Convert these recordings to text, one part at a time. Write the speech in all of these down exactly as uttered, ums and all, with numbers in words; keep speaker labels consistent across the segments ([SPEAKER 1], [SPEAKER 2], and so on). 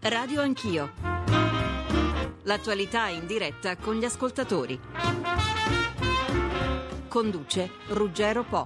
[SPEAKER 1] Radio Anch'io. L'attualità in diretta con gli ascoltatori. Conduce Ruggero Po.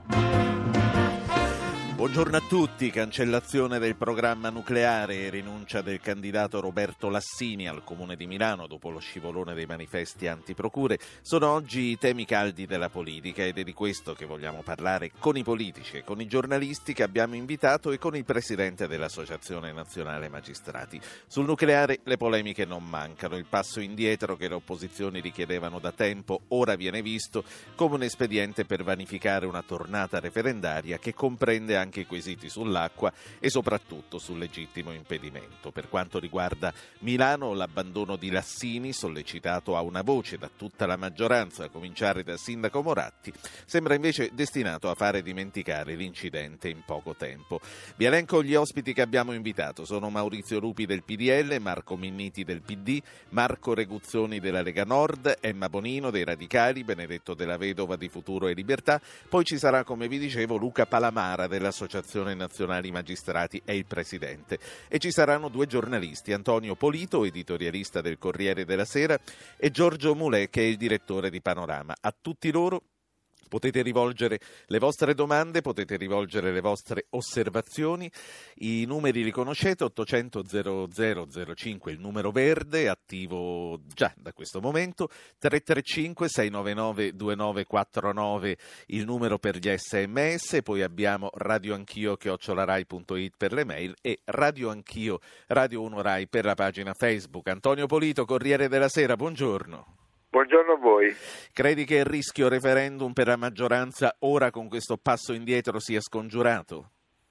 [SPEAKER 2] Buongiorno a tutti. Cancellazione del programma nucleare e rinuncia del candidato Roberto Lassini al Comune di Milano dopo lo scivolone dei manifesti antiprocure sono oggi i temi caldi della politica ed è di questo che vogliamo parlare con i politici e con i giornalisti che abbiamo invitato e con il presidente dell'Associazione Nazionale Magistrati. Sul nucleare le polemiche non mancano. Il passo indietro che le opposizioni richiedevano da tempo ora viene visto come un espediente per vanificare una tornata referendaria che comprende anche i quesiti sull'acqua e soprattutto sul legittimo impedimento. Per quanto riguarda Milano, l'abbandono di Lassini, sollecitato a una voce da tutta la maggioranza, a cominciare dal sindaco Moratti, sembra invece destinato a fare dimenticare l'incidente in poco tempo. Vi elenco gli ospiti che abbiamo invitato. Sono Maurizio Lupi del P D L, Marco Minniti del P D, Marco Reguzzoni della Lega Nord, Emma Bonino dei Radicali, Benedetto Della Vedova di Futuro e Libertà. Poi ci sarà, come vi dicevo, Luca Palamara dell'Associazione Nazionali Magistrati, è il presidente, e ci saranno due giornalisti, Antonio Polito, editorialista del Corriere della Sera, e Giorgio Mulè, che è il direttore di Panorama. A tutti loro potete rivolgere le vostre domande, potete rivolgere le vostre osservazioni. I numeri li conoscete: ottocento zero zero zero cinque, il numero verde, attivo già da questo momento, tre tre cinque sei nove nove due nove quattro nove, il numero per gli sms, poi abbiamo Radio Anch'io chiocciolarai punto it per le mail e Radio Anch'io Radio uno Rai per la pagina Facebook. Antonio Polito, Corriere della Sera, buongiorno.
[SPEAKER 3] Buongiorno a voi.
[SPEAKER 2] Credi che il rischio referendum per la maggioranza ora con questo passo indietro sia scongiurato?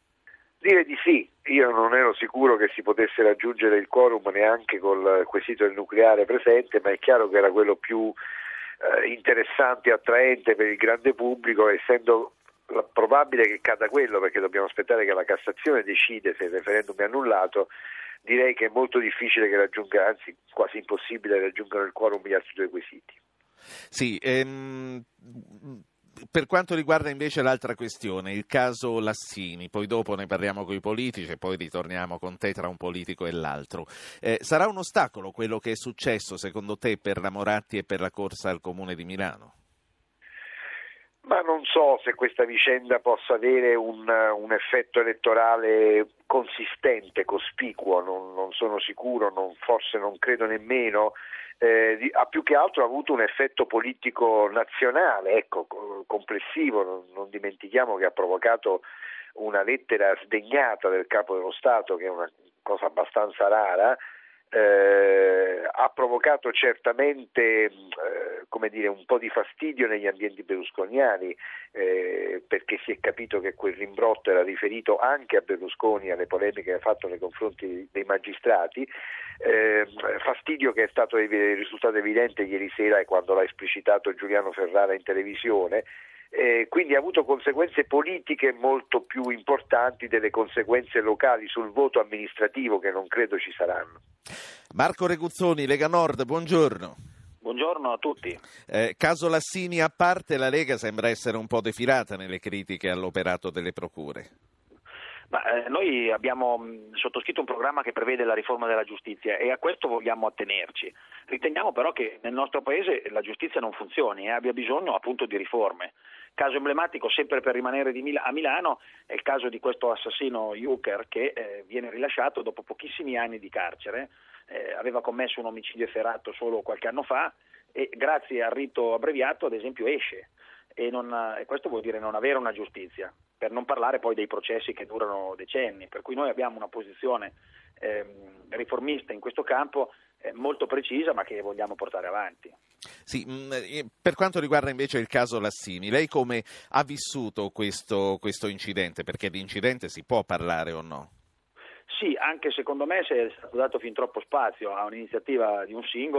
[SPEAKER 3] Dire di sì. Io non ero sicuro che si potesse raggiungere il quorum neanche col quesito del nucleare presente, ma è chiaro che era quello più eh, interessante e attraente per il grande pubblico, essendo probabile che cada quello, perché dobbiamo aspettare che la Cassazione decide se il referendum è annullato. Direi che è molto difficile che raggiunga, anzi quasi impossibile raggiungano il quorum gli altri due quesiti.
[SPEAKER 2] Sì, ehm, per quanto riguarda invece l'altra questione, il caso Lassini, poi dopo ne parliamo con i politici e poi ritorniamo con te tra un politico e l'altro. Eh, sarà un ostacolo quello che è successo secondo te per la Moratti e per la corsa al Comune di Milano?
[SPEAKER 3] Ma non so se questa vicenda possa avere un, un effetto elettorale consistente, cospicuo, non, non sono sicuro, non, forse non credo nemmeno. Eh, ha più che altro avuto un effetto politico nazionale, ecco, complessivo. Non, non dimentichiamo che ha provocato una lettera sdegnata del Capo dello Stato, che è una cosa abbastanza rara. Eh, ha provocato certamente eh, come dire, un po' di fastidio negli ambienti berlusconiani, eh, perché si è capito che quel rimbrotto era riferito anche a Berlusconi, alle polemiche che ha fatto nei confronti dei magistrati, eh, fastidio che è stato risultato evidente ieri sera quando l'ha esplicitato Giuliano Ferrara in televisione. Eh, quindi ha avuto conseguenze politiche molto più importanti delle conseguenze locali sul voto amministrativo, che non credo ci saranno.
[SPEAKER 2] Marco Reguzzoni, Lega Nord, buongiorno.
[SPEAKER 4] Buongiorno a tutti.
[SPEAKER 2] Eh, caso Lassini a parte, la Lega sembra essere un po' defilata nelle critiche all'operato delle procure.
[SPEAKER 4] Ma, eh, noi abbiamo mh, sottoscritto un programma che prevede la riforma della giustizia e a questo vogliamo attenerci. Riteniamo però che nel nostro Paese la giustizia non funzioni e abbia bisogno appunto di riforme. Caso emblematico, sempre per rimanere di Mil- a Milano, è il caso di questo assassino Juker che eh, viene rilasciato dopo pochissimi anni di carcere. Eh, aveva commesso un omicidio efferato solo qualche anno fa e grazie al rito abbreviato, ad esempio, esce. E, non, e questo vuol dire non avere una giustizia, per non parlare poi dei processi che durano decenni, per cui noi abbiamo una posizione ehm, riformista in questo campo eh, molto precisa, ma che vogliamo portare avanti.
[SPEAKER 2] Sì, mh, per quanto riguarda invece il caso Lassini, lei come ha vissuto questo, questo incidente? Perché di incidente si può parlare o no?
[SPEAKER 4] Sì, anche secondo me si è stato dato fin troppo spazio a un'iniziativa di un singolo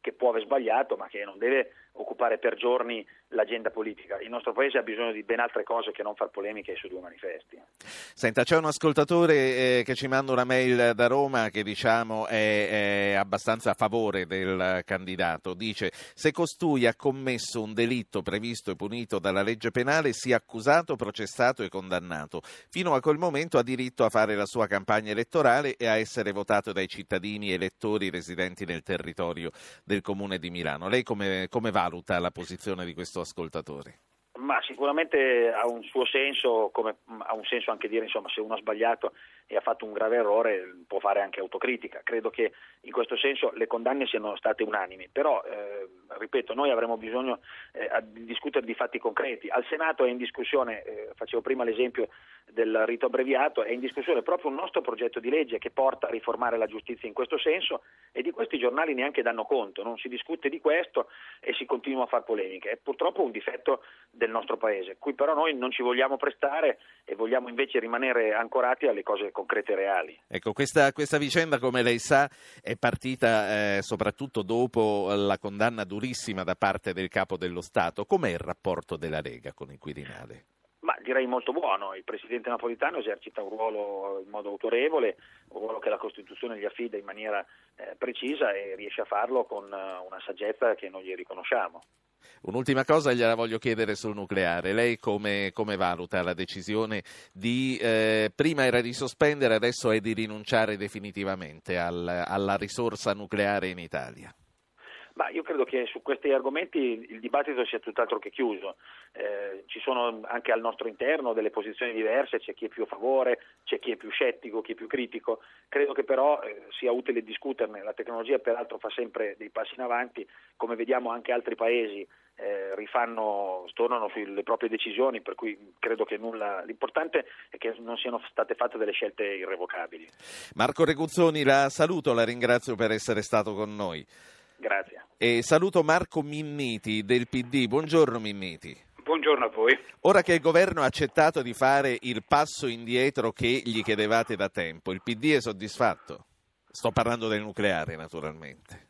[SPEAKER 4] che può aver sbagliato, ma che non deve occupare per giorni l'agenda politica. Il nostro paese ha bisogno di ben altre cose che non far polemiche su due manifesti.
[SPEAKER 2] Senta, c'è un ascoltatore eh, che ci manda una mail da Roma che diciamo è, è abbastanza a favore del candidato. Dice: se costui ha commesso un delitto previsto e punito dalla legge penale, sia accusato, processato e condannato. Fino a quel momento ha diritto a fare la sua campagna elettorale e a essere votato dai cittadini elettori residenti nel territorio del Comune di Milano. Lei come, come valuta la posizione di questo ascoltatore?
[SPEAKER 4] Ma sicuramente ha un suo senso, come ha un senso anche dire, insomma, se uno ha sbagliato e ha fatto un grave errore può fare anche autocritica. Credo che in questo senso le condanne siano state unanimi, però eh, ripeto, noi avremo bisogno eh, di discutere di fatti concreti. Al Senato è in discussione, eh, facevo prima l'esempio del rito abbreviato, è in discussione proprio un nostro progetto di legge che porta a riformare la giustizia in questo senso, e di questo i giornali neanche danno conto, non si discute di questo e si continua a far polemiche. È purtroppo un difetto del nostro paese, cui però noi non ci vogliamo prestare e vogliamo invece rimanere ancorati alle cose concrete e reali.
[SPEAKER 2] Ecco, questa, questa vicenda, come lei sa, è partita eh, soprattutto dopo la condanna durissima da parte del Capo dello Stato. Com'è il rapporto della Lega con il Quirinale?
[SPEAKER 4] Ma direi molto buono. Il Presidente Napolitano esercita un ruolo in modo autorevole, un ruolo che la Costituzione gli affida in maniera eh, precisa, e riesce a farlo con uh, una saggezza che non gli riconosciamo.
[SPEAKER 2] Un'ultima cosa gliela voglio chiedere sul nucleare. Lei come, come valuta la decisione di, eh, prima era di sospendere, adesso è di rinunciare definitivamente al, alla risorsa nucleare in Italia?
[SPEAKER 4] Ma io credo che su questi argomenti il dibattito sia tutt'altro che chiuso. Eh, ci sono anche al nostro interno delle posizioni diverse, c'è chi è più a favore, c'è chi è più scettico, chi è più critico. Credo che però eh, sia utile discuterne. La tecnologia peraltro fa sempre dei passi in avanti, come vediamo anche altri paesi eh, rifanno, tornano sulle proprie decisioni, per cui credo che nulla. L'importante è che non siano state fatte delle scelte irrevocabili.
[SPEAKER 2] Marco Reguzzoni, la saluto, la ringrazio per essere stato con noi.
[SPEAKER 4] Grazie.
[SPEAKER 2] E saluto Marco Minniti del P D. Buongiorno Minniti.
[SPEAKER 5] Buongiorno a voi.
[SPEAKER 2] Ora che il governo ha accettato di fare il passo indietro che gli chiedevate da tempo, il P D è soddisfatto? Sto parlando del nucleare, naturalmente.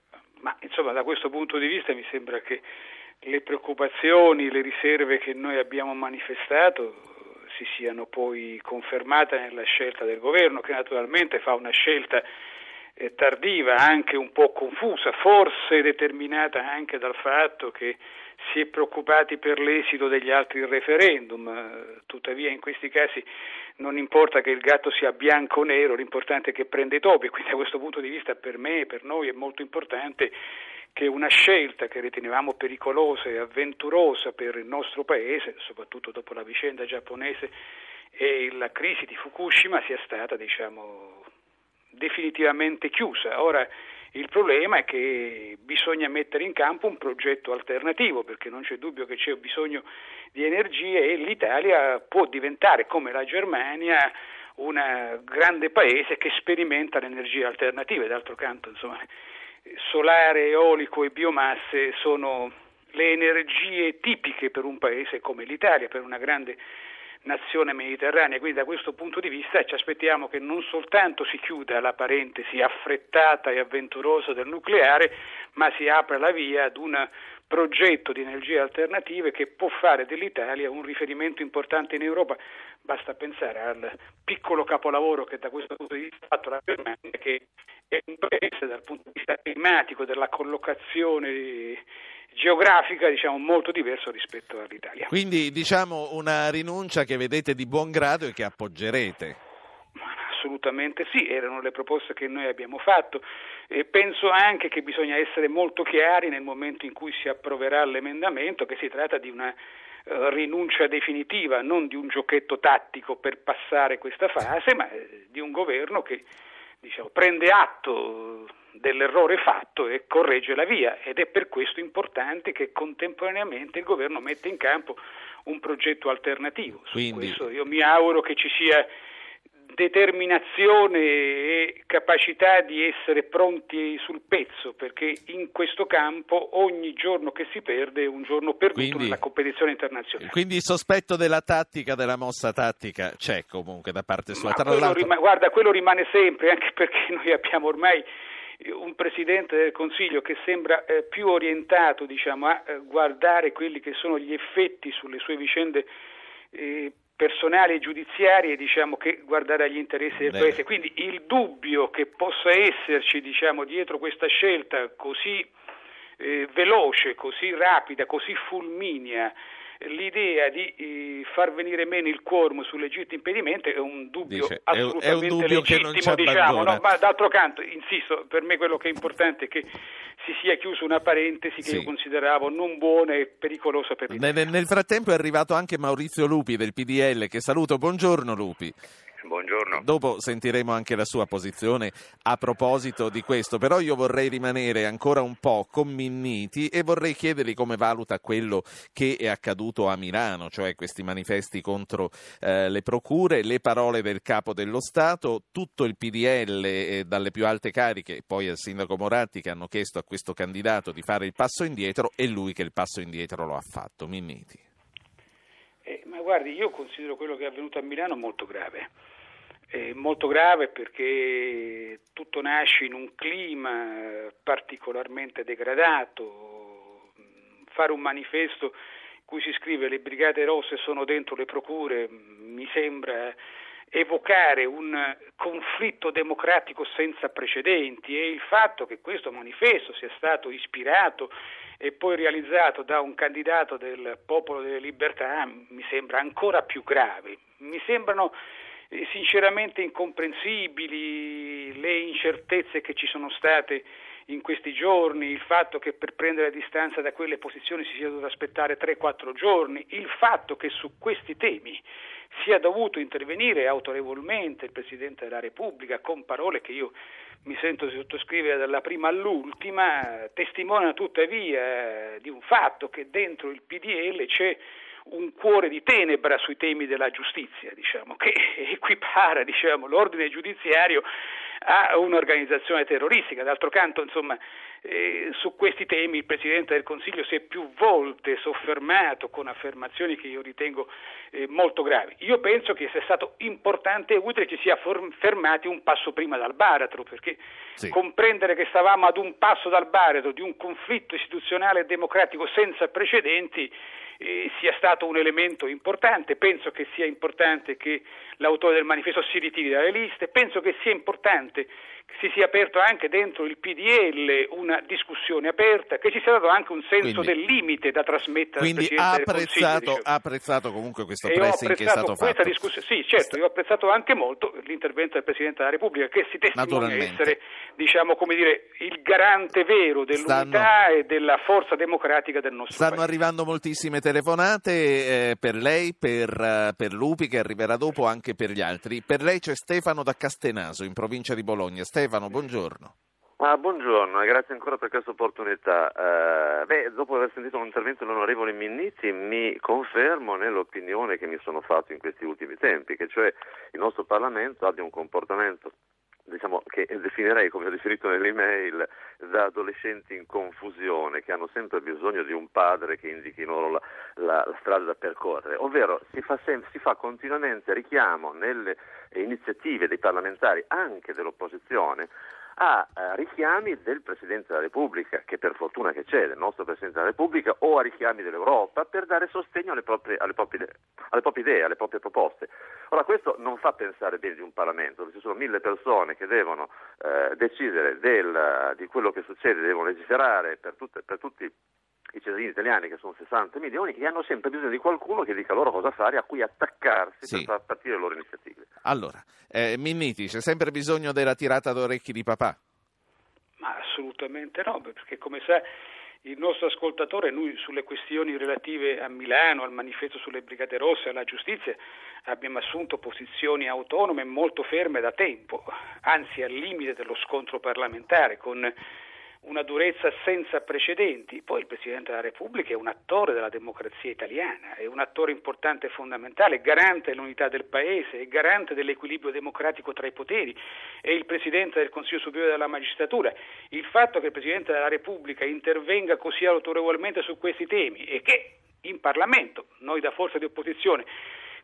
[SPEAKER 5] Ma insomma, da questo punto di vista mi sembra che le preoccupazioni, le riserve che noi abbiamo manifestato si siano poi confermate nella scelta del governo, che naturalmente fa una scelta eh, tardiva, anche un po' confusa, forse determinata anche dal fatto che si è preoccupati per l'esito degli altri referendum. Tuttavia in questi casi non importa che il gatto sia bianco o nero, l'importante è che prenda i topi, quindi da questo punto di vista per me e per noi è molto importante che una scelta che ritenevamo pericolosa e avventurosa per il nostro paese, soprattutto dopo la vicenda giapponese e la crisi di Fukushima, sia stata, diciamo, definitivamente chiusa. Ora il problema è che bisogna mettere in campo un progetto alternativo, perché non c'è dubbio che c'è bisogno di energie e l'Italia può diventare, come la Germania, un grande paese che sperimenta le energie alternative. D'altro canto, insomma, solare, eolico e biomasse sono le energie tipiche per un paese come l'Italia, per una grande nazione mediterranea. Quindi da questo punto di vista ci aspettiamo che non soltanto si chiuda la parentesi affrettata e avventurosa del nucleare, ma si apra la via ad un progetto di energie alternative che può fare dell'Italia un riferimento importante in Europa. Basta pensare al piccolo capolavoro che da questo punto di vista ha fatto la Germania, che è un paese dal punto di vista climatico, della collocazione geografica, diciamo, molto diverso rispetto all'Italia.
[SPEAKER 2] Quindi, diciamo, una rinuncia che vedete di buon grado e che appoggerete.
[SPEAKER 5] Assolutamente sì, erano le proposte che noi abbiamo fatto. E penso anche che bisogna essere molto chiari nel momento in cui si approverà l'emendamento, che si tratta di una uh, rinuncia definitiva, non di un giochetto tattico per passare questa fase, ma eh, di un governo che, diciamo, prende atto dell'errore fatto e corregge la via, ed è per questo importante che contemporaneamente il governo metta in campo un progetto alternativo. Su
[SPEAKER 2] Quindi
[SPEAKER 5] questo io mi auguro che ci sia determinazione e capacità di essere pronti sul pezzo, perché in questo campo ogni giorno che si perde è un giorno perduto
[SPEAKER 2] quindi,
[SPEAKER 5] nella competizione internazionale.
[SPEAKER 2] Quindi il sospetto della tattica, della mossa tattica c'è comunque da parte sua.
[SPEAKER 5] Ma
[SPEAKER 2] Tra
[SPEAKER 5] quello
[SPEAKER 2] l'altro...
[SPEAKER 5] rima- guarda, quello rimane sempre, anche perché noi abbiamo ormai un Presidente del Consiglio che sembra eh, più orientato, diciamo, a eh, guardare quelli che sono gli effetti sulle sue vicende eh, personali e giudiziarie, diciamo, che guardare agli interessi del
[SPEAKER 2] Beh.
[SPEAKER 5] Paese. Quindi il dubbio che possa esserci, diciamo, dietro questa scelta così eh, veloce, così rapida, così fulminea, l'idea di eh, far venire meno il quorum sul legittimo impedimento è un dubbio
[SPEAKER 2] Dice,
[SPEAKER 5] assolutamente
[SPEAKER 2] è un dubbio che non ci
[SPEAKER 5] legittimo, diciamo,
[SPEAKER 2] abbandona.
[SPEAKER 5] no? Ma d'altro canto, insisto, per me quello che è importante è che si sia chiusa una parentesi che
[SPEAKER 2] Sì.
[SPEAKER 5] io consideravo non buona e pericolosa per l'Italia.
[SPEAKER 2] Nel, nel frattempo è arrivato anche Maurizio Lupi del P D L, che saluto. Buongiorno Lupi.
[SPEAKER 6] Buongiorno.
[SPEAKER 2] Dopo sentiremo anche la sua posizione a proposito di questo, però io vorrei rimanere ancora un po' con Minniti e vorrei chiedergli come valuta quello che è accaduto a Milano, cioè questi manifesti contro eh, le procure, le parole del Capo dello Stato, tutto il P D L eh, dalle più alte cariche, poi al sindaco Moratti, che hanno chiesto a questo candidato di fare il passo indietro e lui che il passo indietro lo ha fatto. Minniti.
[SPEAKER 5] Eh, ma guardi, io considero quello che è avvenuto a Milano molto grave. È molto grave perché tutto nasce in un clima particolarmente degradato. Fare un manifesto in cui si scrive le Brigate Rosse sono dentro le procure mi sembra evocare un conflitto democratico senza precedenti, e il fatto che questo manifesto sia stato ispirato e poi realizzato da un candidato del Popolo delle Libertà mi sembra ancora più grave. Mi sembrano sinceramente incomprensibili le incertezze che ci sono state in questi giorni, il fatto che per prendere distanza da quelle posizioni si sia dovuto aspettare tre quattro giorni, il fatto che su questi temi sia dovuto intervenire autorevolmente il Presidente della Repubblica con parole che io mi sento di sottoscrivere dalla prima all'ultima, testimonia tuttavia di un fatto che dentro il P D L c'è un cuore di tenebra sui temi della giustizia, diciamo, che equipara, diciamo, l'ordine giudiziario a un'organizzazione terroristica. D'altro canto, insomma, eh, su questi temi il Presidente del Consiglio si è più volte soffermato con affermazioni che io ritengo eh, molto gravi. Io penso che sia stato importante e utile che ci sia for- fermati un passo prima dal baratro, perché sì. comprendere che stavamo ad un passo dal baratro di un conflitto istituzionale e democratico senza precedenti Eh, sia stato un elemento importante. Penso che sia importante che l'autore del manifesto si ritiri dalle liste, penso che sia importante che si sia aperto anche dentro il P D L una discussione aperta, che ci sia dato anche un senso quindi, del limite da trasmettere al Presidente
[SPEAKER 2] ha
[SPEAKER 5] del Consiglio.
[SPEAKER 2] Quindi ha apprezzato comunque questo
[SPEAKER 5] e
[SPEAKER 2] pressing che è stato fatto.
[SPEAKER 5] Discuss- sì, certo, io ho apprezzato anche molto l'intervento del Presidente della Repubblica, che si testimonia essere, diciamo, come dire, il garante vero dell'unità stanno, e della forza democratica del nostro
[SPEAKER 2] stanno
[SPEAKER 5] Paese.
[SPEAKER 2] Stanno arrivando moltissime telefonate eh, per lei, per, uh, per Lupi, che arriverà dopo, anche per gli altri. Per lei c'è Stefano da Castenaso, in provincia di Bologna. Stefano, buongiorno.
[SPEAKER 6] Ah, buongiorno e grazie ancora per questa opportunità. Uh, beh, dopo aver sentito l'intervento dell'onorevole Minniti mi confermo nell'opinione che mi sono fatto in questi ultimi tempi, che cioè il nostro Parlamento abbia un comportamento, diciamo, che definirei, come ho definito nell'email, da adolescenti in confusione, che hanno sempre bisogno di un padre che indichi loro la, la, la strada da percorrere, ovvero si fa, sem- si fa continuamente richiamo nelle iniziative dei parlamentari, anche dell'opposizione, a uh, richiami del Presidente della Repubblica, che per fortuna che c'è, del nostro Presidente della Repubblica, o a richiami dell'Europa per dare sostegno alle proprie, alle proprie, alle proprie idee, alle proprie proposte. Ora, questo non fa pensare bene di un Parlamento, dove ci sono mille persone che devono uh, decidere del, di quello che succede, devono legiferare per, tutte, per tutti i cittadini italiani, che sono sessanta milioni, che hanno sempre bisogno di qualcuno che dica loro cosa fare, a cui attaccarsi sì. per far partire le loro iniziative.
[SPEAKER 2] Allora, eh, Minniti, c'è sempre bisogno della tirata d'orecchi di papà?
[SPEAKER 5] Ma assolutamente no, perché come sa il nostro ascoltatore, noi sulle questioni relative a Milano, al manifesto sulle Brigate Rosse, alla giustizia, abbiamo assunto posizioni autonome molto ferme da tempo, anzi al limite dello scontro parlamentare, con una durezza senza precedenti. Poi il Presidente della Repubblica è un attore della democrazia italiana, è un attore importante e fondamentale, garante dell'unità del Paese, è garante dell'equilibrio democratico tra i poteri, è il Presidente del Consiglio Superiore della Magistratura. Il fatto che il Presidente della Repubblica intervenga così autorevolmente su questi temi e che in Parlamento, noi da forza di opposizione,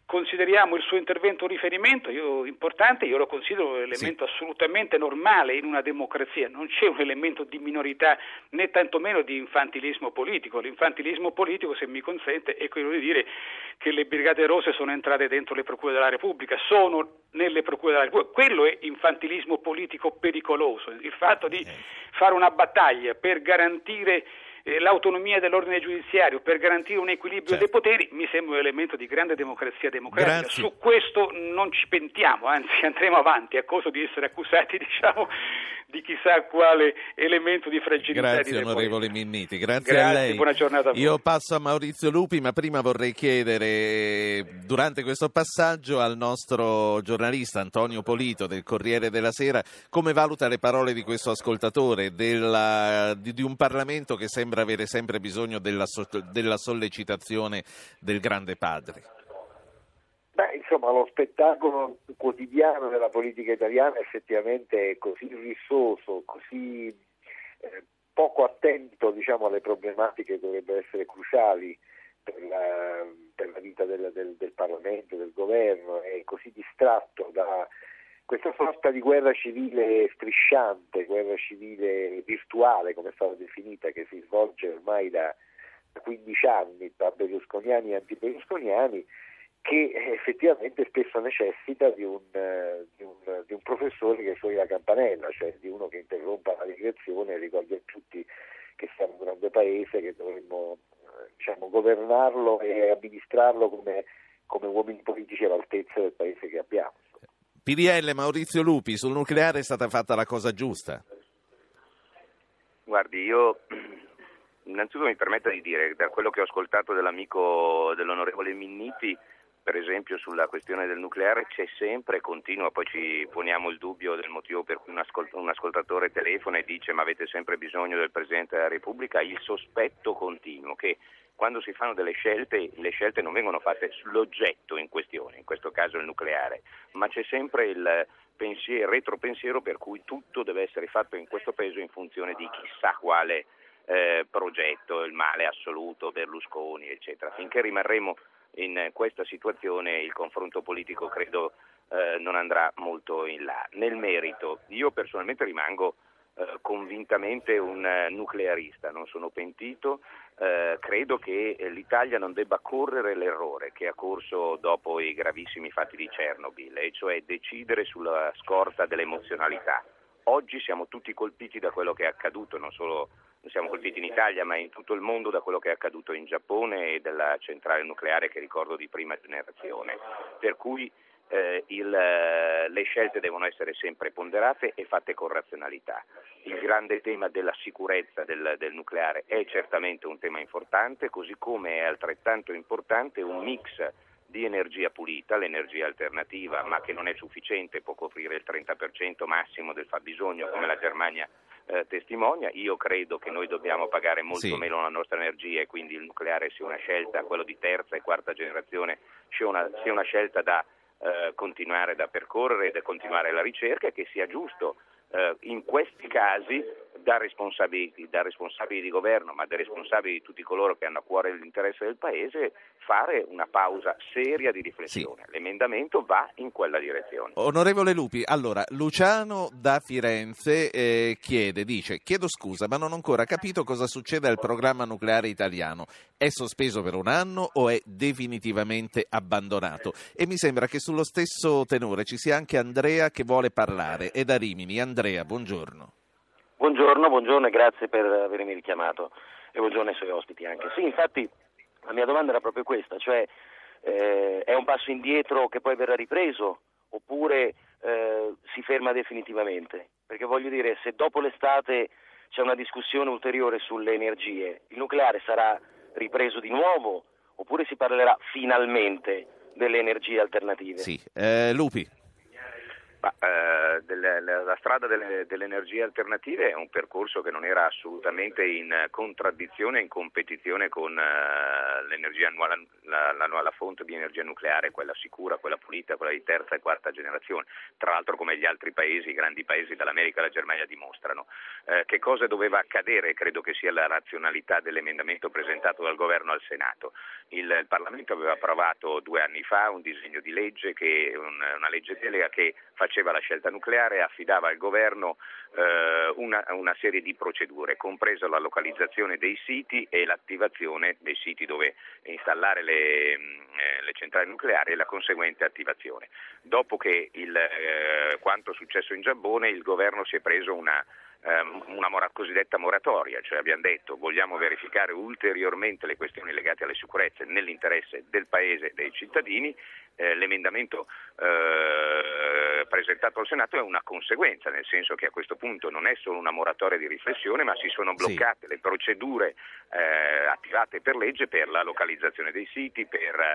[SPEAKER 5] consideriamo il suo intervento un riferimento io, importante, io lo considero un elemento sì. assolutamente normale in una democrazia, non c'è un elemento di minorità né tantomeno di infantilismo politico. L'infantilismo politico, se mi consente, è quello di dire che le Brigate Rosse sono entrate dentro le procure della Repubblica, sono nelle procure della Repubblica, quello è infantilismo politico pericoloso, il fatto di fare una battaglia per garantire l'autonomia dell'ordine giudiziario, per garantire un equilibrio certo. dei poteri, mi sembra un elemento di grande democrazia democratica.
[SPEAKER 2] Grazie.
[SPEAKER 5] Su questo non ci pentiamo, anzi andremo avanti a costo di essere accusati, diciamo, di chissà quale elemento di fragilità.
[SPEAKER 2] Grazie
[SPEAKER 5] di
[SPEAKER 2] onorevole Minniti, grazie,
[SPEAKER 5] grazie
[SPEAKER 2] a lei.
[SPEAKER 5] Buona giornata a voi.
[SPEAKER 2] Io passo a Maurizio Lupi, ma prima vorrei chiedere durante questo passaggio al nostro giornalista Antonio Polito del Corriere della Sera come valuta le parole di questo ascoltatore della, di, di un Parlamento che sembra avere sempre bisogno della, della sollecitazione del grande padre.
[SPEAKER 3] Beh, insomma, lo spettacolo quotidiano della politica italiana effettivamente è così rissoso, così eh, poco attento, diciamo, alle problematiche che dovrebbero essere cruciali per la, per la vita del, del, del Parlamento, del governo, è così distratto da questa sorta di guerra civile strisciante, guerra civile virtuale, come è stata definita, che si svolge ormai da quindici anni tra berlusconiani e antiberlusconiani, che effettivamente spesso necessita di un, di un, di un professore che suoni la campanella, cioè di uno che interrompa la digressione e ricordi a tutti che siamo un grande paese, che dovremmo diciamo, governarlo e amministrarlo come, come uomini politici all'altezza del paese che abbiamo.
[SPEAKER 2] P D L, Maurizio Lupi, sul nucleare è stata fatta la cosa giusta?
[SPEAKER 7] Guardi, io innanzitutto mi permetta di dire, da quello che ho ascoltato dell'amico dell'onorevole Minniti, per esempio sulla questione del nucleare c'è sempre, continua, poi ci poniamo il dubbio del motivo per cui un, ascolt- un ascoltatore telefona e dice ma avete sempre bisogno del Presidente della Repubblica, il sospetto continuo che quando si fanno delle scelte, le scelte non vengono fatte sull'oggetto in questione, in questo caso il nucleare, ma c'è sempre il pensiero, il retropensiero per cui tutto deve essere fatto in questo paese in funzione di chissà quale eh, progetto, il male assoluto, Berlusconi, eccetera. Finché rimarremo in questa situazione il confronto politico credo eh, non andrà molto in là. Nel merito, io personalmente rimango eh, convintamente un eh, nuclearista, non sono pentito, eh, credo che l'Italia non debba correre l'errore che ha corso dopo i gravissimi fatti di Chernobyl, e cioè decidere sulla scorta dell'emozionalità. Oggi siamo tutti colpiti da quello che è accaduto, non solo siamo colpiti in Italia ma in tutto il mondo da quello che è accaduto in Giappone e della centrale nucleare che ricordo di prima generazione, per cui eh, il, le scelte devono essere sempre ponderate e fatte con razionalità. Il grande tema della sicurezza del, del nucleare è certamente un tema importante, così come è altrettanto importante un mix di energia pulita, l'energia alternativa, ma che non è sufficiente, può coprire il trenta per cento massimo del fabbisogno come la Germania eh, testimonia. Io credo che noi dobbiamo pagare molto sì. meno la nostra energia e quindi il nucleare sia una scelta, quello di terza e quarta generazione sia una, sia una scelta da eh, continuare, da percorrere e da continuare la ricerca, e che sia giusto eh, in questi casi da responsabili, da responsabili di governo, ma da responsabili di tutti coloro che hanno a cuore l'interesse del Paese, fare una pausa seria di riflessione. Sì. L'emendamento va in quella direzione.
[SPEAKER 2] Onorevole Lupi, allora, Luciano da Firenze eh, chiede, dice, chiedo scusa, ma non ho ancora capito cosa succede al programma nucleare italiano. È sospeso per un anno o è definitivamente abbandonato? E mi sembra che sullo stesso tenore ci sia anche Andrea che vuole parlare. È da Rimini. Andrea, buongiorno.
[SPEAKER 8] Buongiorno, buongiorno e grazie per avermi richiamato, e buongiorno ai suoi ospiti anche. Sì, infatti la mia domanda era proprio questa, cioè eh, è un passo indietro che poi verrà ripreso oppure eh, si ferma definitivamente? Perché voglio dire, se dopo l'estate c'è una discussione ulteriore sulle energie, il nucleare sarà ripreso di nuovo oppure si parlerà finalmente delle energie alternative?
[SPEAKER 2] Sì, eh, Lupi.
[SPEAKER 7] Ma, eh, delle, la, la strada delle, delle energie alternative è un percorso che non era assolutamente in contraddizione, in competizione con eh, l'energia annuale, la, la, la fonte di energia nucleare, quella sicura, quella pulita, quella di terza e quarta generazione. Tra l'altro, come gli altri paesi, i grandi paesi dall'America e la Germania dimostrano. Eh, che cosa doveva accadere? Credo che sia la razionalità dell'emendamento presentato dal governo al Senato. Il, il Parlamento aveva approvato due anni fa un disegno di legge, che, un, una legge delega che faceva la scelta nucleare e affidava al governo eh, una, una serie di procedure, compresa la localizzazione dei siti e l'attivazione dei siti dove installare le, eh, le centrali nucleari e la conseguente attivazione. Dopo che il, eh, quanto successo in Giappone, il governo si è preso una una mora, cosiddetta moratoria, cioè abbiamo detto vogliamo verificare ulteriormente le questioni legate alle sicurezze nell'interesse del Paese e dei cittadini. Eh, l'emendamento eh, presentato al Senato è una conseguenza, nel senso che a questo punto non è solo una moratoria di riflessione, ma si sono bloccate sì. le procedure eh, attivate per legge per la localizzazione dei siti, per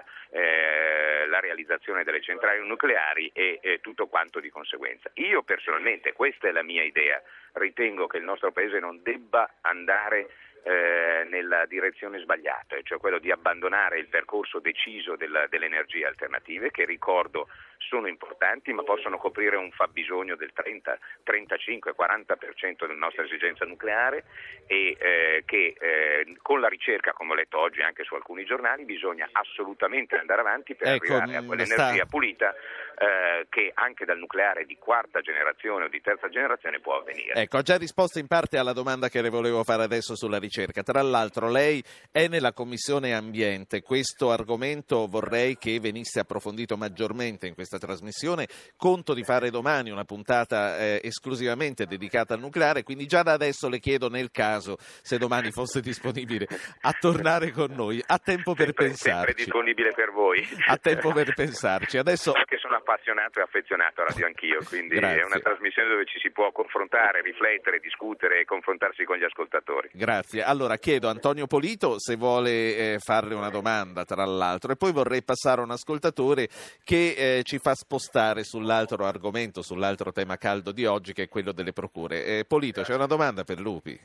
[SPEAKER 7] eh, la realizzazione delle centrali nucleari e eh, tutto quanto di conseguenza. Io personalmente, questa è la mia idea, ritengo che il nostro Paese non debba andare eh, nella direzione sbagliata, cioè quello di abbandonare il percorso deciso del, delle energie alternative, che ricordo sono importanti ma possono coprire un fabbisogno del trenta, trentacinque, quaranta per cento della nostra esigenza nucleare e eh, che eh, con la ricerca, come ho letto oggi anche su alcuni giornali, bisogna assolutamente andare avanti per
[SPEAKER 2] ecco,
[SPEAKER 7] arrivare a quell'energia
[SPEAKER 2] sta...
[SPEAKER 7] pulita eh, che anche dal nucleare di quarta generazione o di terza generazione può avvenire.
[SPEAKER 2] Ecco, ho già risposto in parte alla domanda che le volevo fare adesso sulla ricerca. Tra l'altro lei è nella Commissione Ambiente, questo argomento vorrei che venisse approfondito maggiormente in questa trasmissione. Conto di fare domani una puntata eh, esclusivamente dedicata al nucleare, quindi già da adesso le chiedo, nel caso, se domani fosse disponibile, a tornare con noi. Ha tempo per
[SPEAKER 7] sempre,
[SPEAKER 2] pensarci.
[SPEAKER 7] Sempre disponibile per voi.
[SPEAKER 2] Ha tempo per pensarci. Adesso...
[SPEAKER 7] Perché sono appassionato e affezionato a radio anch'io, quindi
[SPEAKER 2] Grazie.
[SPEAKER 7] È una trasmissione dove ci si può confrontare, riflettere, discutere e confrontarsi con gli ascoltatori.
[SPEAKER 2] Grazie. Allora chiedo a Antonio Polito se vuole eh, farle una domanda, tra l'altro, e poi vorrei passare a un ascoltatore che eh, ci fa spostare sull'altro argomento, sull'altro tema caldo di oggi, che è quello delle procure. Eh, Polito, c'è una domanda per Lupi?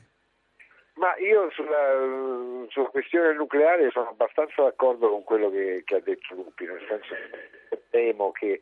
[SPEAKER 3] Ma io sulla, sulla questione nucleare sono abbastanza d'accordo con quello che, che ha detto Lupi, nel senso che temo che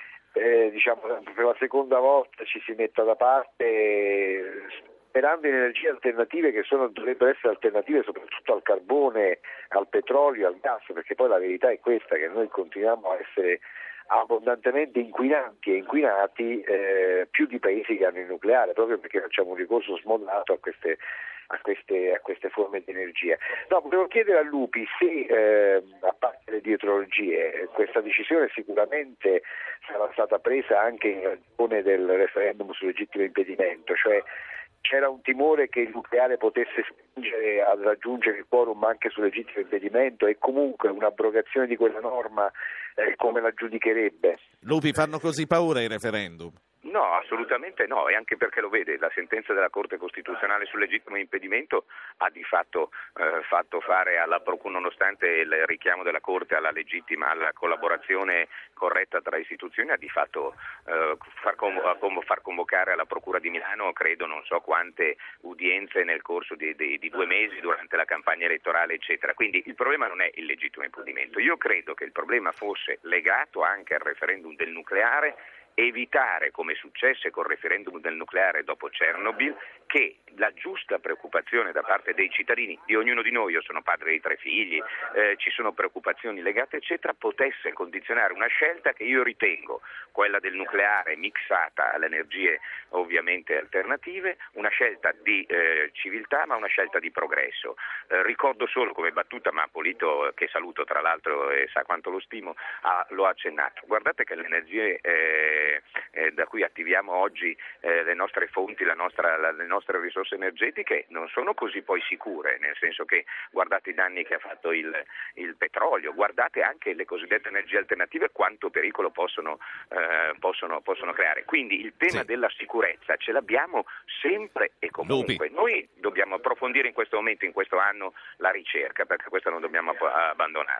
[SPEAKER 3] eh, diciamo, per la seconda volta ci si metta da parte eh, sperando in energie alternative che sono, dovrebbero essere alternative soprattutto al carbone, al petrolio, al gas, perché poi la verità è questa, che noi continuiamo a essere abbondantemente inquinanti e inquinati eh, più di paesi che hanno il nucleare, proprio perché facciamo un ricorso smodato a queste, a queste, a queste forme di energia. No, volevo chiedere a Lupi se, eh, a parte le dietrologie, questa decisione sicuramente sarà stata presa anche in ragione del referendum sul legittimo impedimento, cioè c'era un timore che il nucleare potesse spingere a raggiungere il quorum anche sul legittimo impedimento, e comunque un'abrogazione di quella norma eh, come la giudicherebbe?
[SPEAKER 2] Lupi, fanno così paura i referendum?
[SPEAKER 7] No, assolutamente no, e anche perché lo vede, la sentenza della Corte Costituzionale sul legittimo impedimento ha di fatto eh, fatto fare alla Procura, nonostante il richiamo della Corte alla legittima, alla collaborazione corretta tra istituzioni, ha di fatto eh, far, convo- far convocare alla Procura di Milano, credo, non so quante udienze nel corso di, di, di due mesi durante la campagna elettorale, eccetera. Quindi il problema non è il legittimo impedimento. Io credo che il problema fosse legato anche al referendum del nucleare, evitare, come successe col referendum del nucleare dopo Chernobyl, che la giusta preoccupazione da parte dei cittadini, di ognuno di noi, io sono padre di tre figli, eh, ci sono preoccupazioni legate eccetera, potesse condizionare una scelta che io ritengo, quella del nucleare mixata alle energie ovviamente alternative, una scelta di eh, civiltà ma una scelta di progresso. Eh, ricordo solo come battuta, ma Polito, che saluto tra l'altro e sa quanto lo stimo, ha, lo ha accennato, guardate che le energie eh, eh, da cui attiviamo oggi eh, le nostre fonti, la nostra, la, le nostre risorse energetiche non sono così poi sicure, nel senso che guardate i danni che ha fatto il, il petrolio, guardate anche le cosiddette energie alternative quanto pericolo possono, eh, possono, possono creare. Quindi il tema sì. della sicurezza ce l'abbiamo sempre e comunque. Lupi. Noi dobbiamo approfondire in questo momento, in questo anno, la ricerca, perché questa non dobbiamo abbandonarla.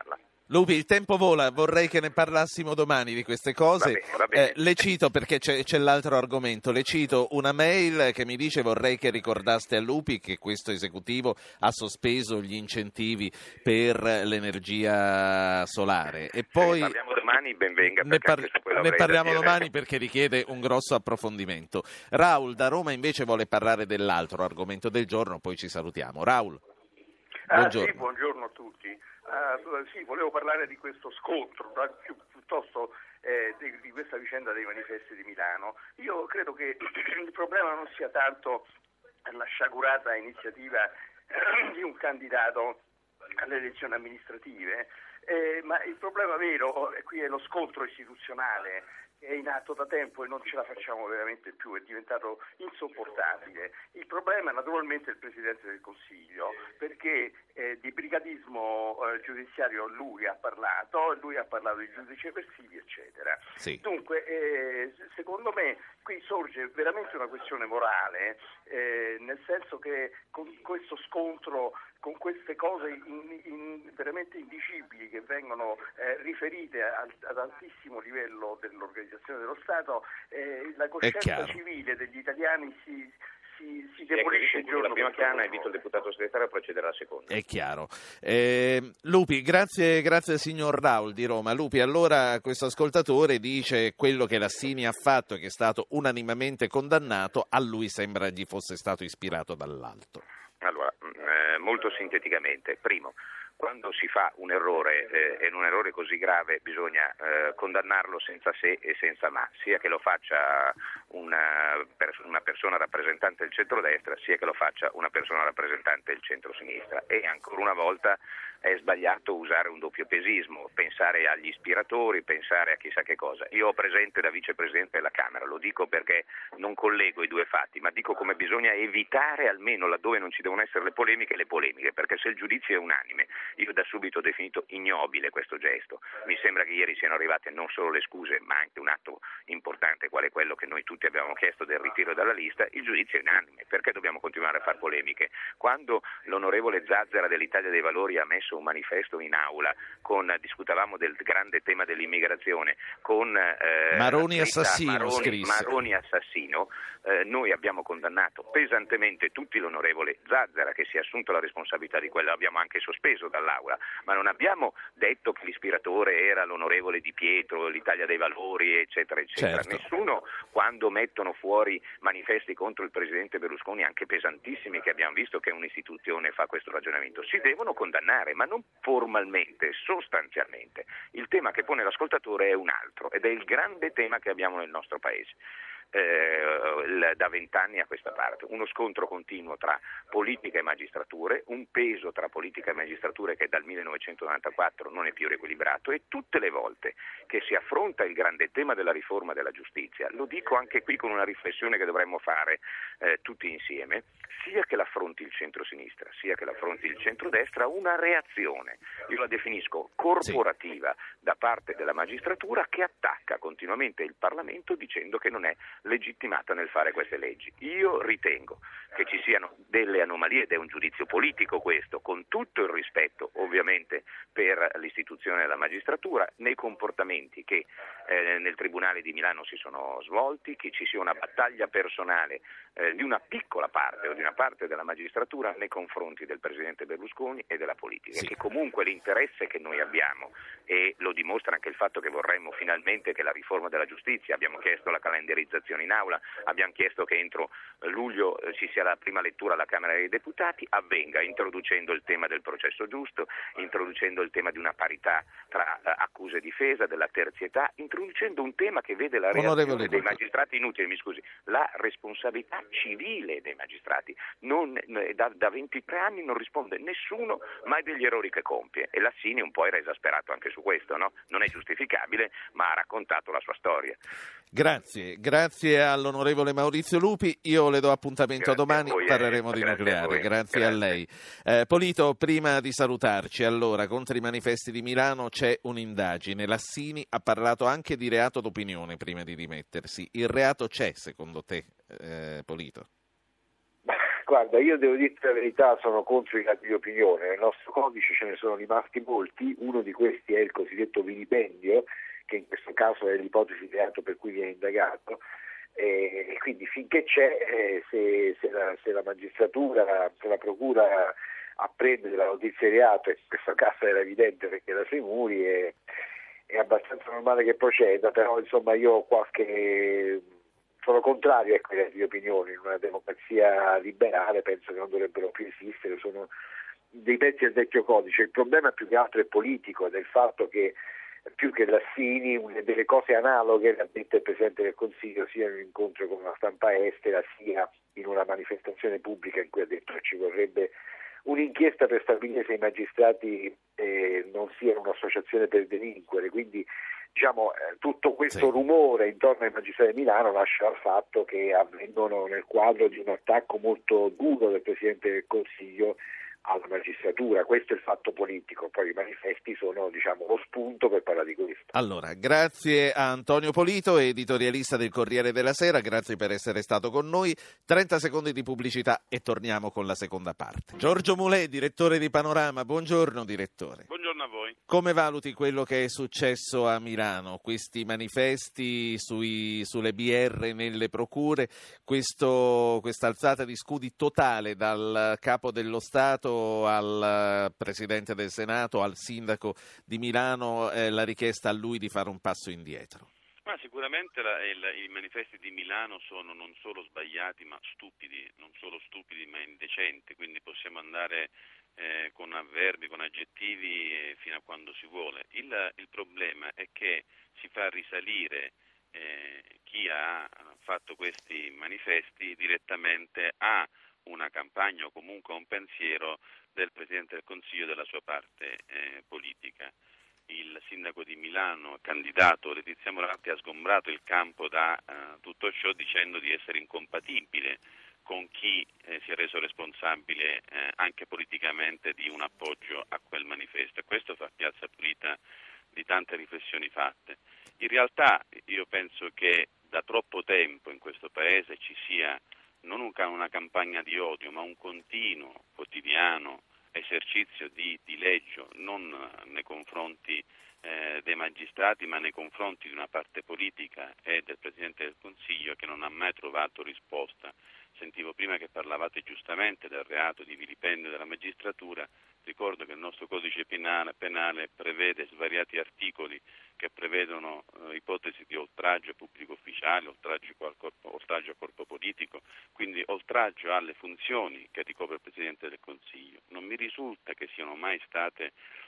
[SPEAKER 2] Lupi, il tempo vola, vorrei che ne parlassimo domani di queste cose.
[SPEAKER 7] Va bene, va bene.
[SPEAKER 2] Eh, le cito, perché c'è, c'è l'altro argomento, le cito una mail che mi dice: vorrei che ricordaste a Lupi che questo esecutivo ha sospeso gli incentivi per l'energia solare. E poi
[SPEAKER 7] Se ne parliamo domani, ben venga.
[SPEAKER 2] Ne, par- ne parliamo
[SPEAKER 7] dire.
[SPEAKER 2] domani perché richiede un grosso approfondimento. Raul da Roma invece vuole parlare dell'altro argomento del giorno, poi ci salutiamo. Raul, buongiorno.
[SPEAKER 9] Ah, sì, buongiorno a tutti. Uh, sì, volevo parlare di questo scontro, più, piuttosto eh, di, di questa vicenda dei manifesti di Milano. Io credo che il problema non sia tanto la sciagurata iniziativa eh, di un candidato alle elezioni amministrative, eh, ma il problema vero eh, qui è lo scontro istituzionale che è in atto da tempo e non ce la facciamo veramente più, è diventato insopportabile. Il problema è naturalmente il Presidente del Consiglio, perché eh, di brigadismo eh, giudiziario lui ha parlato, lui ha parlato di giudici eversivi, eccetera.
[SPEAKER 2] Sì.
[SPEAKER 9] Dunque, eh, secondo me qui sorge veramente una questione morale, eh, nel senso che con questo scontro, con queste cose in, in, veramente indicibili che vengono eh, riferite a, ad altissimo livello dell'organizzazione dello Stato, eh, la coscienza civile degli italiani si, si, si demolisce il giorno.
[SPEAKER 7] La prima piana, invito il deputato segretario a procedere alla seconda.
[SPEAKER 2] È chiaro. Eh, Lupi, grazie, grazie al signor Raul di Roma. Lupi, allora questo ascoltatore dice: quello che Lassini ha fatto, che è stato unanimemente condannato, a lui sembra gli fosse stato ispirato dall'alto.
[SPEAKER 7] Allora, eh, molto sinteticamente, primo, quando si fa un errore eh, e un errore così grave bisogna eh, condannarlo senza se e senza ma, sia che lo faccia una, pers- una persona rappresentante del centrodestra, sia che lo faccia una persona rappresentante del centrosinistra. E ancora una volta è sbagliato usare un doppiopesismo, pensare agli ispiratori, pensare a chissà che cosa. Io ho presente da vicepresidente della Camera, lo dico perché non collego i due fatti, ma dico come bisogna evitare, almeno laddove non ci devono essere le polemiche, le polemiche, perché se il giudizio è unanime, io da subito ho definito ignobile questo gesto. Mi sembra che ieri siano arrivate non solo le scuse, ma anche un atto importante quale quello che noi tutti abbiamo chiesto del ritiro dalla lista. Il giudizio è unanime, perché dobbiamo continuare a fare polemiche? Quando l'onorevole Zazzera dell'Italia dei Valori ha messo un manifesto in aula, con, discutavamo del grande tema dell'immigrazione, con eh,
[SPEAKER 2] Maroni assassino,
[SPEAKER 7] Maroni, Maroni assassino, eh, noi abbiamo condannato pesantemente tutti l'onorevole Zazzera, che si è assunto la responsabilità di quello, abbiamo anche sospeso dall'aula, ma non abbiamo detto che l'ispiratore era l'onorevole Di Pietro, l'Italia dei Valori, eccetera, eccetera.
[SPEAKER 2] Certo.
[SPEAKER 7] Nessuno, quando mettono fuori manifesti contro il presidente Berlusconi, anche pesantissimi, che abbiamo visto che un'istituzione fa questo ragionamento, si devono condannare, ma non formalmente, sostanzialmente. Il tema che pone l'ascoltatore è un altro ed è il grande tema che abbiamo nel nostro paese. Eh, da vent'anni a questa parte, uno scontro continuo tra politica e magistrature, un peso tra politica e magistrature che dal millenovecentonovantaquattro non è più riequilibrato, e tutte le volte che si affronta il grande tema della riforma della giustizia, lo dico anche qui con una riflessione che dovremmo fare eh, tutti insieme, sia che l'affronti il centro-sinistra sia che l'affronti il centrodestra, una reazione, io la definisco corporativa, sì, da parte della magistratura, che attacca continuamente il Parlamento dicendo che non è legittimata nel fare queste leggi. Io ritengo che ci siano delle anomalie ed è un giudizio politico questo, con tutto il rispetto ovviamente per l'istituzione della magistratura, nei comportamenti che eh, nel Tribunale di Milano si sono svolti, che ci sia una battaglia personale eh, di una piccola parte o di una parte della magistratura nei confronti del Presidente Berlusconi e della politica, sì, che comunque l'interesse che noi abbiamo, e lo dimostra anche il fatto che vorremmo finalmente che la riforma della giustizia, abbiamo chiesto la calendarizzazione in aula, abbiamo chiesto che entro luglio eh, ci sia la prima lettura alla Camera dei Deputati, avvenga introducendo il tema del processo giusto, introducendo il tema di una parità tra eh, accusa e difesa, della terzietà, introducendo un tema che vede la reazione dei magistrati, inutile, mi scusi, la responsabilità civile dei magistrati. Non, da, da ventitré anni non risponde nessuno mai degli errori che compie, e Lassini un po' era esasperato anche su questo, no? Non è giustificabile, ma ha raccontato la sua storia.
[SPEAKER 2] Grazie, grazie all'onorevole Maurizio Lupi, io le do appuntamento
[SPEAKER 7] grazie
[SPEAKER 2] a domani,
[SPEAKER 7] a voi,
[SPEAKER 2] parleremo
[SPEAKER 7] eh,
[SPEAKER 2] di
[SPEAKER 7] grazie
[SPEAKER 2] nucleare,
[SPEAKER 7] a voi,
[SPEAKER 2] grazie,
[SPEAKER 7] grazie
[SPEAKER 2] a lei. Eh, Polito, prima di salutarci, allora, contro i manifesti di Milano c'è un'indagine, Lassini ha parlato anche di reato d'opinione prima di dimettersi, il reato c'è secondo te, eh, Polito?
[SPEAKER 3] Guarda, io devo dirti la verità, sono contro i casi di opinione. Nel nostro codice ce ne sono rimasti molti, uno di questi è il cosiddetto vilipendio, che in questo caso è l'ipotesi di reato per cui viene indagato, e quindi finché c'è, eh, se, se, la, se la magistratura, se la procura apprende la notizia di reato, e in questo caso era evidente perché era sui muri, è, è abbastanza normale che proceda, però insomma io ho qualche... sono contrario a quelle di opinioni. In una democrazia liberale penso che non dovrebbero più esistere, sono dei pezzi del vecchio codice. Il problema più che altro è politico, del fatto che più che Lassini delle cose analoghe le ha dette il Presidente del Consiglio sia in un incontro con la stampa estera sia in una manifestazione pubblica in cui ha detto che ci vorrebbe un'inchiesta per stabilire se i magistrati eh, non siano un'associazione per delinquere. Quindi diciamo eh, tutto questo
[SPEAKER 2] sì.
[SPEAKER 3] rumore intorno ai magistrati di Milano nasce dal fatto che avvengono nel quadro di un attacco molto duro del Presidente del Consiglio alla magistratura. Questo è il fatto politico, poi i manifesti sono diciamo lo spunto per parlare di questo.
[SPEAKER 2] Allora, grazie a Antonio Polito, editorialista del Corriere della Sera, grazie per essere stato con noi. trenta secondi di pubblicità e torniamo con la seconda parte. Giorgio Mulè, direttore di Panorama, buongiorno direttore.
[SPEAKER 10] Buongiorno a voi.
[SPEAKER 2] Come valuti quello che è successo a Milano, questi manifesti sui, sulle B R nelle procure, questo, questa alzata di scudi totale dal Capo dello Stato al Presidente del Senato, al Sindaco di Milano, eh, la richiesta a lui di fare un passo indietro?
[SPEAKER 10] Ma sicuramente la, il, i manifesti di Milano sono non solo sbagliati ma stupidi, non solo stupidi ma indecenti, quindi possiamo andare eh, con avverbi, con aggettivi eh, fino a quando si vuole. Il, il problema è che si fa risalire eh, chi ha fatto questi manifesti direttamente a una campagna o comunque un pensiero del Presidente del Consiglio e della sua parte eh, politica. Il sindaco di Milano, candidato Letizia Moratti, ha sgombrato il campo da uh, tutto ciò dicendo di essere incompatibile con chi eh, si è reso responsabile eh, anche politicamente di un appoggio a quel manifesto, e questo fa piazza pulita di tante riflessioni fatte. In realtà io penso che da troppo tempo in questo Paese ci sia non una campagna di odio, ma un continuo, quotidiano esercizio di dileggio, non nei confronti eh, dei magistrati, ma nei confronti di una parte politica e del Presidente del Consiglio che non ha mai trovato risposta. Sentivo prima che parlavate giustamente del reato di vilipendio della magistratura. Ricordo che il nostro codice penale, penale prevede svariati articoli che prevedono eh, ipotesi di oltraggio a pubblico ufficiale, oltraggio al corpo, oltraggio a corpo politico, quindi oltraggio alle funzioni che ricopre il Presidente del Consiglio. Non mi risulta che siano mai state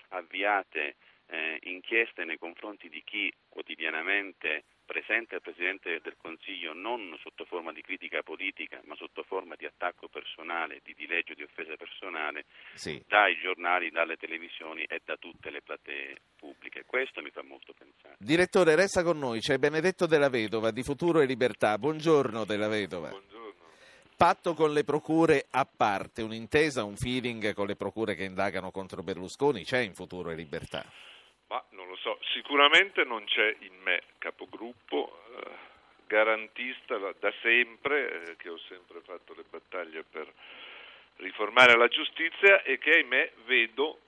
[SPEAKER 10] avviate eh, inchieste nei confronti di chi quotidianamente presenta il Presidente del Consiglio non sotto forma di critica politica ma sotto forma di attacco personale, di dileggio, di offesa personale,
[SPEAKER 2] sì.
[SPEAKER 10] dai giornali, dalle televisioni e da tutte le platee pubbliche. Questo mi fa molto pensare.
[SPEAKER 2] Direttore, resta con noi, c'è Benedetto Della Vedova di Futuro e Libertà. Buongiorno Della Vedova.
[SPEAKER 11] Buongiorno.
[SPEAKER 2] Patto con le procure a parte, un'intesa, un feeling con le procure che indagano contro Berlusconi c'è in Futuro e Libertà?
[SPEAKER 11] Ma non lo so, sicuramente non c'è in me capogruppo, eh, garantista da sempre, eh, che ho sempre fatto le battaglie per riformare la giustizia e che ahimè vedo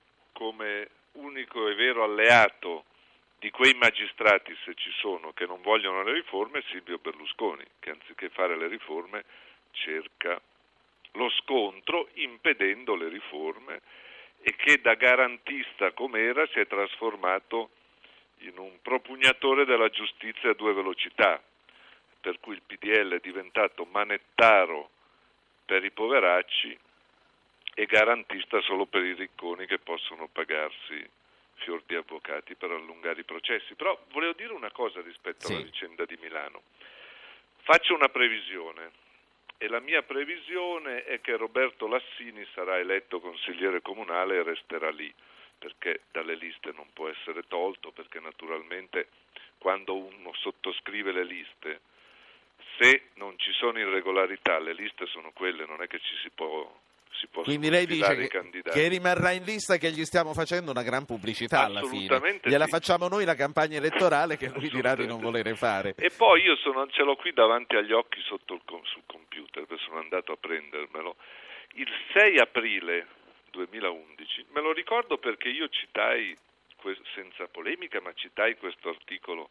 [SPEAKER 11] come unico e vero alleato di quei magistrati, se ci sono, che non vogliono le riforme, Silvio Berlusconi, che anziché fare le riforme cerca lo scontro impedendo le riforme e che da garantista com'era si è trasformato in un propugnatore della giustizia a due velocità, per cui il P D L è diventato manettaro per i poveracci e garantista solo per i ricconi che possono pagarsi fior di avvocati per allungare i processi. Però volevo dire una cosa rispetto
[SPEAKER 2] sì.
[SPEAKER 11] alla vicenda di Milano. Faccio una previsione. E la mia previsione è che Roberto Lassini sarà eletto consigliere comunale e resterà lì, perché dalle liste non può essere tolto, perché naturalmente quando uno sottoscrive le liste, se non ci sono irregolarità, le liste sono quelle, non è che ci si può si possono
[SPEAKER 2] Quindi lei dice
[SPEAKER 11] i
[SPEAKER 2] che,
[SPEAKER 11] candidati.
[SPEAKER 2] che rimarrà in lista e che gli stiamo facendo una gran pubblicità alla fine. Gliela
[SPEAKER 11] sì.
[SPEAKER 2] facciamo noi la campagna elettorale che lui dirà di non volere fare.
[SPEAKER 11] E poi io sono, ce l'ho qui davanti agli occhi sotto il, sul computer, perché sono andato a prendermelo. Il sei aprile duemilaundici, me lo ricordo perché io citai, senza polemica, ma citai questo articolo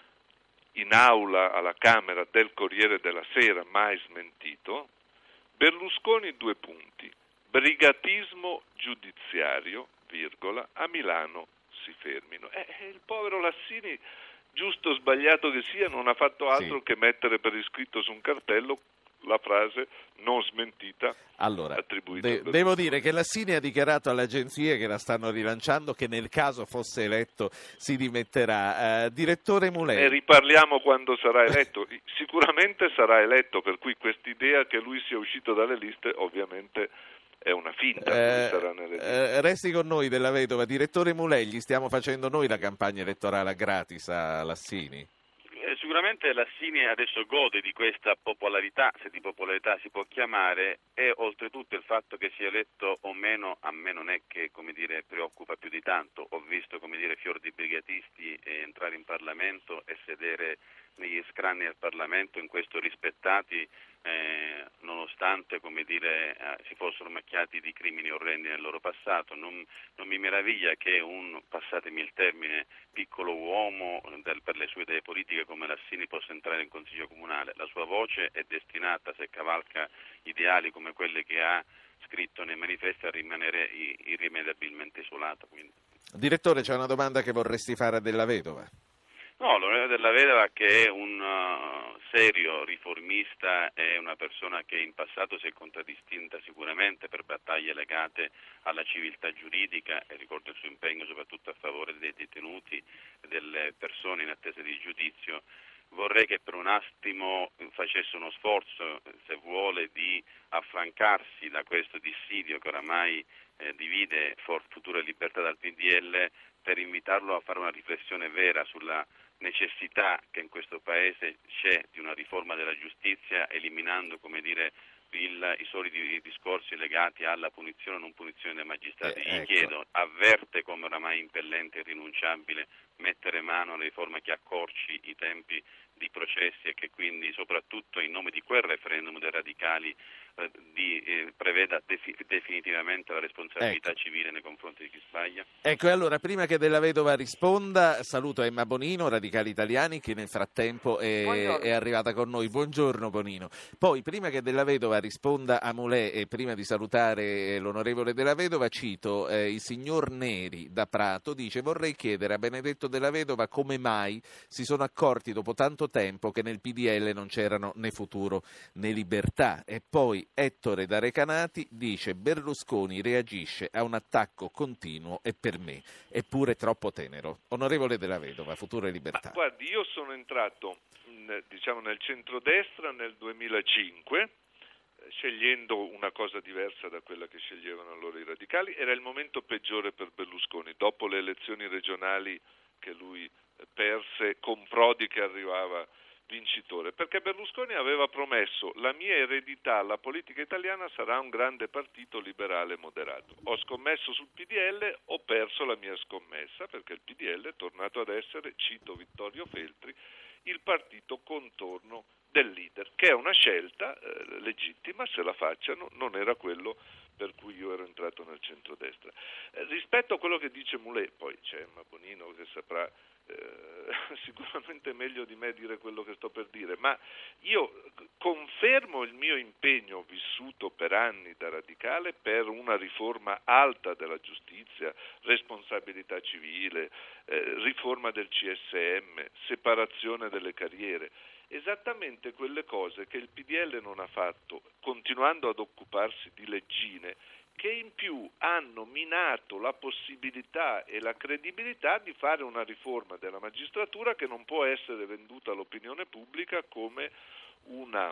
[SPEAKER 11] in aula alla Camera del Corriere della Sera, mai smentito. Berlusconi due punti, brigatismo giudiziario, virgola, a Milano si fermino. Eh, il povero Lassini, giusto o sbagliato che sia, non ha fatto altro sì. che mettere per iscritto su un cartello la frase non smentita
[SPEAKER 2] allora,
[SPEAKER 11] attribuita
[SPEAKER 2] de- devo dire che Lassini ha dichiarato alle agenzie che la stanno rilanciando che nel caso fosse eletto si dimetterà. Uh, direttore Mulè.
[SPEAKER 11] Ne riparliamo quando sarà eletto. Sicuramente sarà eletto, per cui quest'idea che lui sia uscito dalle liste ovviamente è una finta.
[SPEAKER 2] Eh,
[SPEAKER 11] sarà nelle liste.
[SPEAKER 2] Eh, resti con noi Della Vedova. Direttore Mulè, gli stiamo facendo noi la campagna elettorale gratis a Lassini?
[SPEAKER 10] Sicuramente Lassini adesso gode di questa popolarità, se di popolarità si può chiamare, e oltretutto il fatto che sia eletto o meno a me non è che, come dire, preoccupa più di tanto. Ho visto, come dire, fior di brigatisti entrare in Parlamento e sedere negli scranni al Parlamento, in questo rispettati, eh, nonostante, come dire, eh, si fossero macchiati di crimini orrendi nel loro passato. Non, non mi meraviglia che un, passatemi il termine, piccolo uomo del, per le sue idee politiche come Lassini possa entrare in Consiglio Comunale. La sua voce è destinata, se cavalca ideali come quelli che ha scritto nei manifesti, a rimanere irrimediabilmente isolata. Quindi.
[SPEAKER 2] Direttore, c'è una domanda che vorresti fare a Della Vedova?
[SPEAKER 10] No, l'onorevole Della Vedova, che è un uh, serio riformista, è una persona che in passato si è contraddistinta sicuramente per battaglie legate alla civiltà giuridica, e ricordo il suo impegno soprattutto a favore dei detenuti e delle persone in attesa di giudizio. Vorrei che per un attimo facesse uno sforzo, se vuole, di affrancarsi da questo dissidio che oramai eh, divide For Futuro e Libertà dal P D L, per invitarlo a fare una riflessione vera sulla necessità che in questo Paese c'è di una riforma della giustizia, eliminando, come dire, il, i soliti discorsi legati alla punizione o non punizione dei magistrati.
[SPEAKER 2] Eh,
[SPEAKER 10] Gli
[SPEAKER 2] ecco.
[SPEAKER 10] chiedo, avverte come oramai impellente e irrinunciabile mettere mano alla riforma che accorci i tempi di processi e che quindi, soprattutto in nome di quel referendum dei radicali, eh, di, eh, preveda defi- definitivamente la responsabilità
[SPEAKER 2] ecco.
[SPEAKER 10] civile nei confronti di chi sbaglia?
[SPEAKER 2] Ecco, e allora, prima che Della Vedova risponda, saluto Emma Bonino, Radicali Italiani, che nel frattempo è, è arrivata con noi. Buongiorno Bonino. Poi, prima che Della Vedova risponda a Mulè e prima di salutare l'onorevole Della Vedova, cito eh, il signor Neri da Prato, dice: vorrei chiedere a Benedetto Della Vedova come mai si sono accorti dopo tanto tempo che nel P D L non c'erano né futuro né libertà. E poi Ettore da Recanati dice: Berlusconi reagisce a un attacco continuo e per me è pure troppo tenero. Onorevole Della Vedova, Futuro e Libertà.
[SPEAKER 11] Ma guardi, io sono entrato in, diciamo nel centrodestra nel duemilacinque, scegliendo una cosa diversa da quella che sceglievano allora i radicali. Era il momento peggiore per Berlusconi, dopo le elezioni regionali che lui perse con Prodi che arrivava vincitore, perché Berlusconi aveva promesso: la mia eredità alla politica italiana sarà un grande partito liberale moderato. Ho scommesso sul P D L, ho perso la mia scommessa, perché il P D L è tornato ad essere, cito Vittorio Feltri, il partito contorno del leader, che è una scelta eh, legittima, se la facciano, non era quello per cui io ero entrato nel centrodestra. Eh, rispetto a quello che dice Mulè, poi c'è Emma Bonino che saprà eh, sicuramente meglio di me dire quello che sto per dire, ma io confermo il mio impegno vissuto per anni da radicale per una riforma alta della giustizia, responsabilità civile, eh, riforma del C S M, separazione delle carriere. Esattamente quelle cose che il P D L non ha fatto, continuando ad occuparsi di leggine, che in più hanno minato la possibilità e la credibilità di fare una riforma della magistratura che non può essere venduta all'opinione pubblica come una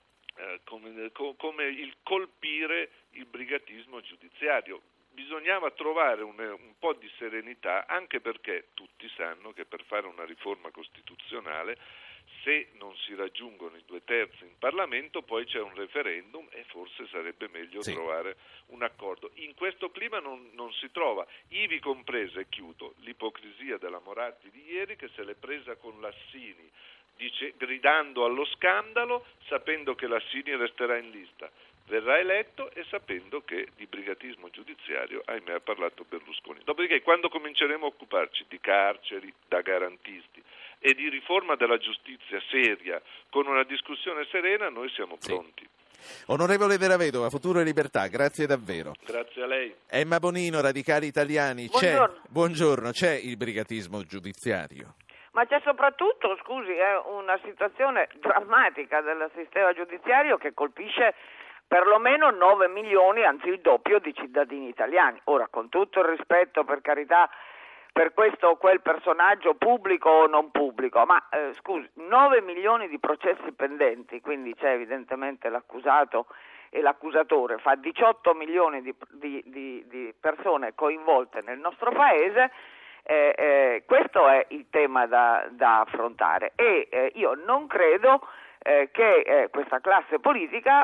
[SPEAKER 11] eh, come, come il colpire il brigatismo giudiziario. Bisognava trovare un, un po' di serenità, anche perché tutti sanno che per fare una riforma costituzionale Se non si raggiungono i due terzi in Parlamento, poi c'è un referendum e forse sarebbe meglio sì. trovare un accordo. In questo clima non, non si trova, ivi compresa, e chiudo, l'ipocrisia della Moratti di ieri, che se l'è presa con Lassini, dice, gridando allo scandalo, sapendo che Lassini resterà in lista, verrà eletto e sapendo che di brigatismo giudiziario, ahimè, ha parlato Berlusconi. Dopodiché, quando cominceremo a occuparci di carceri da garantisti e di riforma della giustizia seria, con una discussione serena, noi siamo pronti.
[SPEAKER 2] Sì. Onorevole Della Futuro e Libertà, grazie davvero.
[SPEAKER 11] Grazie a lei.
[SPEAKER 2] Emma Bonino, Radicali Italiani,
[SPEAKER 12] buongiorno.
[SPEAKER 2] c'è, buongiorno, c'è il brigatismo giudiziario?
[SPEAKER 12] Ma c'è soprattutto, scusi, è una situazione drammatica del sistema giudiziario che colpisce perlomeno nove milioni, anzi il doppio di cittadini italiani. Ora, con tutto il rispetto, per carità, per questo o quel personaggio pubblico o non pubblico, ma eh, scusi, nove milioni di processi pendenti, quindi c'è evidentemente l'accusato e l'accusatore, fa diciotto milioni di, di, di, di persone coinvolte nel nostro paese. Eh, eh, questo è il tema da, da affrontare e eh, io non credo eh, che eh, questa classe politica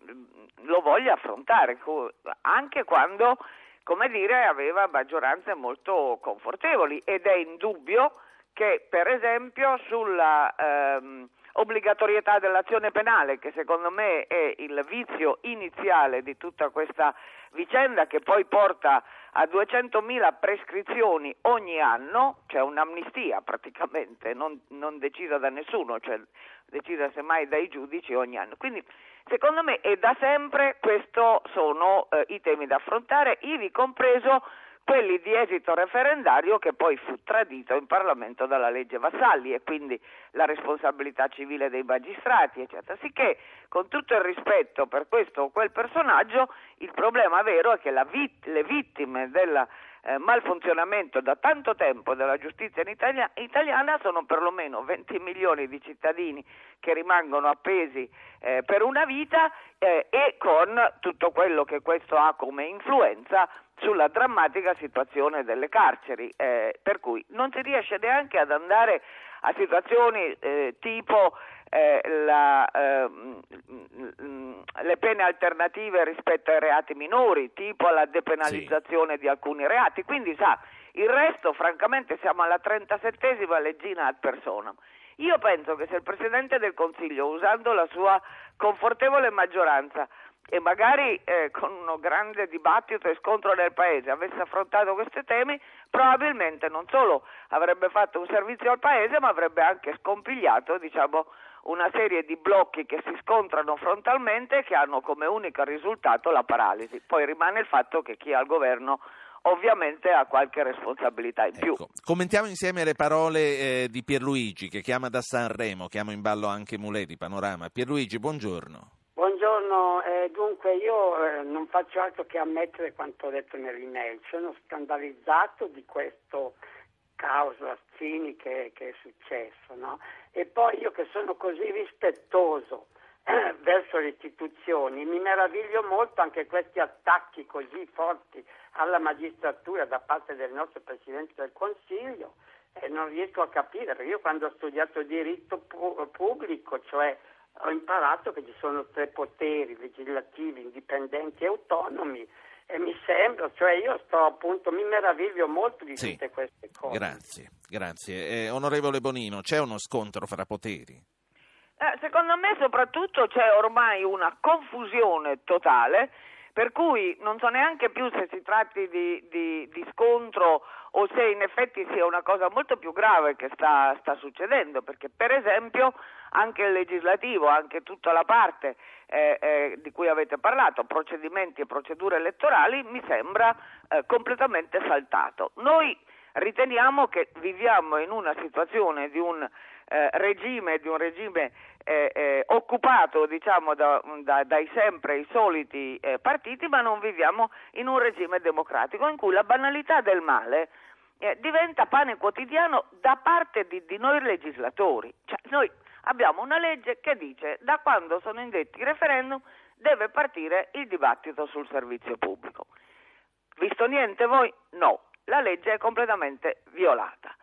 [SPEAKER 12] mh, lo voglia affrontare, anche quando, come dire, aveva maggioranze molto confortevoli, ed è indubbio che, per esempio, sulla ehm, obbligatorietà dell'azione penale, che secondo me è il vizio iniziale di tutta questa vicenda, che poi porta a duecentomila prescrizioni ogni anno, cioè un'amnistia praticamente, non, non decisa da nessuno, cioè decisa semmai dai giudici ogni anno. Quindi secondo me e da sempre questo sono eh, i temi da affrontare, ivi compreso quelli di esito referendario, che poi fu tradito in Parlamento dalla legge Vassalli, e quindi la responsabilità civile dei magistrati, eccetera. Sicché, con tutto il rispetto per questo o quel personaggio, il problema vero è che la vit- le vittime del eh, malfunzionamento da tanto tempo della giustizia in Italia- italiana sono perlomeno venti milioni di cittadini che rimangono appesi eh, per una vita eh, e con tutto quello che questo ha come influenza sulla drammatica situazione delle carceri, eh, per cui non si riesce neanche ad andare a situazioni eh, tipo eh, la, eh, le pene alternative rispetto ai reati minori, tipo la depenalizzazione sì. di alcuni reati. Quindi sa, il resto francamente siamo alla trentasettesima leggina ad personam. Io penso che se il Presidente del Consiglio, usando la sua confortevole maggioranza e magari eh, con uno grande dibattito e scontro nel Paese, avesse affrontato questi temi, probabilmente non solo avrebbe fatto un servizio al Paese, ma avrebbe anche scompigliato, diciamo, una serie di blocchi che si scontrano frontalmente e che hanno come unico risultato la paralisi. Poi rimane il fatto che chi è al governo ovviamente ha qualche responsabilità in più.
[SPEAKER 2] Ecco, commentiamo insieme le parole eh, di Pierluigi, che chiama da Sanremo, chiamo in ballo anche Mulè di Panorama. Pierluigi, buongiorno.
[SPEAKER 13] Buongiorno, eh, dunque io eh, non faccio altro che ammettere quanto ho detto nell'email. Sono scandalizzato di questo caos Lassini che, che è successo, no? E poi io che sono così rispettoso eh, verso le istituzioni, mi meraviglio molto anche questi attacchi così forti alla magistratura da parte del nostro Presidente del Consiglio, e eh, non riesco a capire, perché io quando ho studiato diritto pu- pubblico, cioè ho imparato che ci sono tre poteri legislativi, indipendenti e autonomi, e mi sembra, cioè io sto appunto, mi meraviglio molto di
[SPEAKER 2] sì.
[SPEAKER 13] tutte queste cose.
[SPEAKER 2] Grazie, grazie. Eh, onorevole Bonino, c'è uno scontro fra poteri?
[SPEAKER 12] Eh, secondo me soprattutto c'è ormai una confusione totale, per cui non so neanche più se si tratti di, di, di scontro o se in effetti sia una cosa molto più grave che sta, sta succedendo, perché per esempio anche il legislativo, anche tutta la parte eh, eh, di cui avete parlato, procedimenti e procedure elettorali, mi sembra eh, completamente saltato. Noi riteniamo che viviamo in una situazione di un eh, regime, di un regime eh, eh, occupato, diciamo, da, da, dai sempre i soliti eh, partiti, ma non viviamo in un regime democratico in cui la banalità del male eh, diventa pane quotidiano da parte di, di noi legislatori. Cioè, noi abbiamo una legge che dice da quando sono indetti i referendum deve partire il dibattito sul servizio pubblico. Visto niente voi? No. La legge è completamente violata.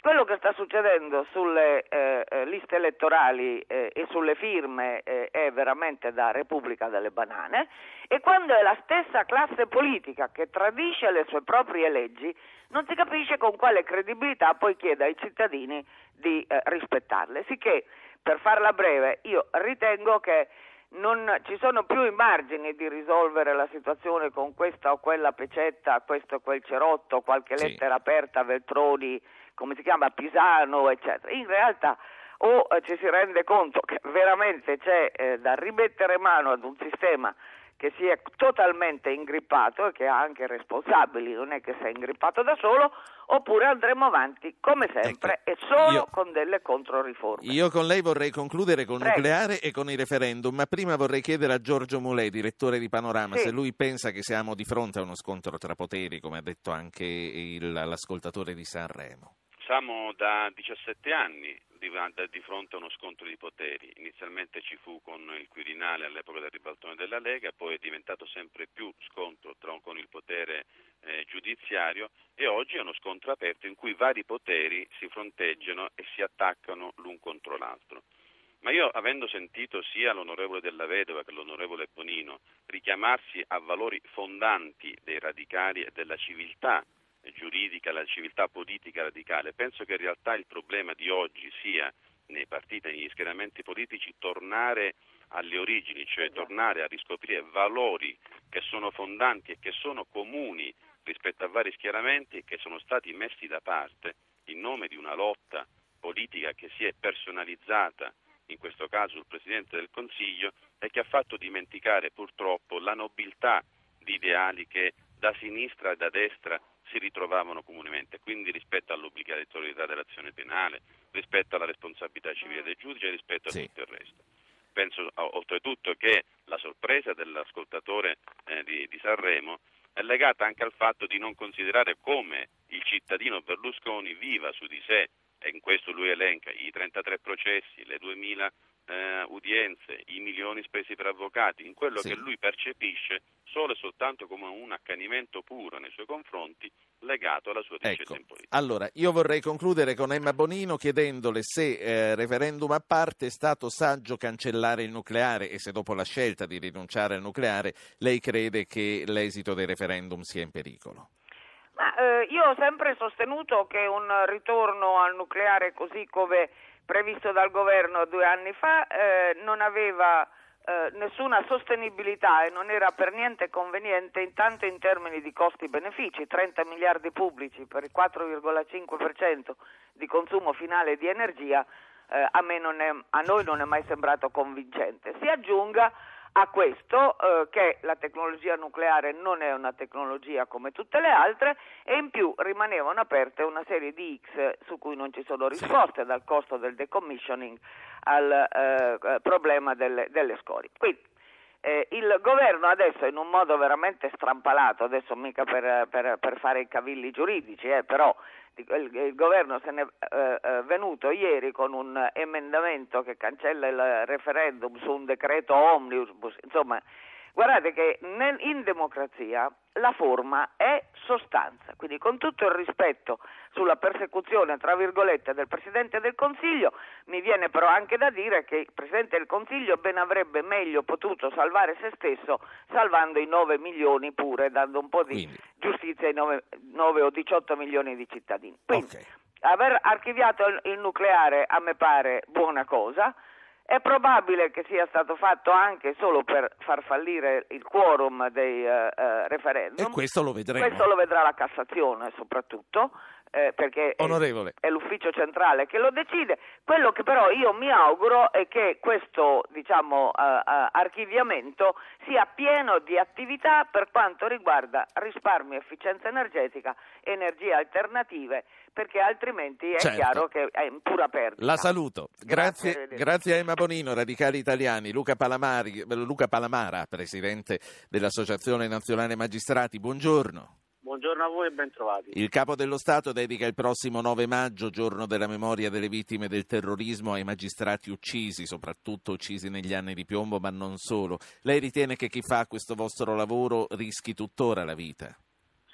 [SPEAKER 12] quello che sta succedendo sulle eh, liste elettorali eh, e sulle firme eh, è veramente da Repubblica delle Banane, e quando è la stessa classe politica che tradisce le sue proprie leggi, non si capisce con quale credibilità poi chieda ai cittadini di eh, rispettarle. Sicché, per farla breve, io ritengo che non ci sono più i margini di risolvere la situazione con questa o quella pecetta, questo o quel cerotto, qualche
[SPEAKER 2] sì.
[SPEAKER 12] lettera aperta a Veltroni, come si chiama, Pisano, eccetera. In realtà o eh, ci si rende conto che veramente c'è eh, da rimettere mano ad un sistema che si è totalmente ingrippato e che ha anche responsabili, non è che si è ingrippato da solo, oppure andremo avanti come sempre ecco, e solo
[SPEAKER 2] io,
[SPEAKER 12] con delle controriforme.
[SPEAKER 2] Io con lei vorrei concludere con il
[SPEAKER 12] Prego.
[SPEAKER 2] nucleare e con i referendum, ma prima vorrei chiedere a Giorgio Mulè, direttore di Panorama,
[SPEAKER 12] sì.
[SPEAKER 2] se lui pensa che siamo di fronte a uno scontro tra poteri, come ha detto anche il, l'ascoltatore di Sanremo.
[SPEAKER 10] Siamo da diciassette anni di, di fronte a uno scontro di poteri. Inizialmente ci fu con il Quirinale all'epoca del ribaltone della Lega, poi è diventato sempre più scontro tra, con il potere eh, giudiziario, e oggi è uno scontro aperto in cui vari poteri si fronteggiano e si attaccano l'un contro l'altro. Ma io, avendo sentito sia l'onorevole Della Vedova che l'onorevole Bonino richiamarsi a valori fondanti dei radicali e della civiltà giuridica, la civiltà politica radicale, penso che in realtà il problema di oggi sia nei partiti e negli schieramenti politici tornare alle origini, cioè tornare a riscoprire valori che sono fondanti e che sono comuni rispetto a vari schieramenti che sono stati messi da parte in nome di una lotta politica che si è personalizzata, in questo caso il Presidente del Consiglio, e che ha fatto dimenticare purtroppo la nobiltà di ideali che da sinistra e da destra si ritrovavano comunemente, quindi rispetto all'obbligatorietà dell'azione penale, rispetto alla responsabilità civile del giudice, rispetto a sì. tutto il resto. Penso oltretutto che la sorpresa dell'ascoltatore eh, di, di Sanremo è legata anche al fatto di non considerare come il cittadino Berlusconi viva su di sé, e in questo lui elenca i trentatré processi, le duemila eh, udienze, i milioni spesi per avvocati, in quello sì. che lui percepisce solo e soltanto come un accanimento puro nei suoi confronti legato alla sua discesa
[SPEAKER 2] ecco.
[SPEAKER 10] in politica.
[SPEAKER 2] Allora, io vorrei concludere con Emma Bonino chiedendole se, eh, referendum a parte, è stato saggio cancellare il nucleare e se dopo la scelta di rinunciare al nucleare lei crede che l'esito dei referendum sia in pericolo.
[SPEAKER 12] Ma, eh, io ho sempre sostenuto che un ritorno al nucleare così come previsto dal governo due anni fa eh, non aveva eh, nessuna sostenibilità e non era per niente conveniente, intanto in termini di costi-benefici, trenta miliardi pubblici per il quattro virgola cinque per cento di consumo finale di energia, eh, a, me non è, a noi non è mai sembrato convincente. Si aggiunga a questo eh, che la tecnologia nucleare non è una tecnologia come tutte le altre, e in più rimanevano aperte una serie di X su cui non ci sono risposte, dal costo del decommissioning al eh, problema delle, delle scorie. Quindi eh, il governo adesso, in un modo veramente strampalato, adesso mica per, per, per fare i cavilli giuridici, eh, però il, il governo se ne è eh, venuto ieri con un emendamento che cancella il referendum su un decreto omnibus, insomma, guardate che nel, in democrazia la forma è sostanza, quindi con tutto il rispetto sulla persecuzione, tra virgolette, del Presidente del Consiglio, mi viene però anche da dire che il Presidente del Consiglio ben avrebbe meglio potuto salvare se stesso salvando i nove milioni pure, dando un po' di quindi giustizia ai nove o diciotto milioni di cittadini. Quindi okay. aver archiviato il, il nucleare a me pare buona cosa. È probabile che sia stato fatto anche solo per far fallire il quorum dei uh, uh, referendum.
[SPEAKER 2] E questo lo vedremo.
[SPEAKER 12] Questo lo vedrà la Cassazione soprattutto, eh, perché è, è l'ufficio centrale che lo decide. Quello che però io mi auguro è che questo, diciamo, uh, uh, archiviamento sia pieno di attività per quanto riguarda risparmio, efficienza energetica, energie alternative, perché altrimenti è
[SPEAKER 2] certo.
[SPEAKER 12] chiaro che è in pura perdita.
[SPEAKER 2] La saluto. Grazie,
[SPEAKER 12] grazie,
[SPEAKER 2] grazie a Emma Bonino, Radicali Italiani, Luca Palamari, Luca Palamara, presidente dell'Associazione Nazionale Magistrati. Buongiorno.
[SPEAKER 14] Buongiorno a voi e ben trovati.
[SPEAKER 2] Il Capo dello Stato dedica il prossimo nove maggio, giorno della memoria delle vittime del terrorismo, ai magistrati uccisi, soprattutto uccisi negli anni di piombo, ma non solo. Lei ritiene che chi fa questo vostro lavoro rischi tuttora la vita?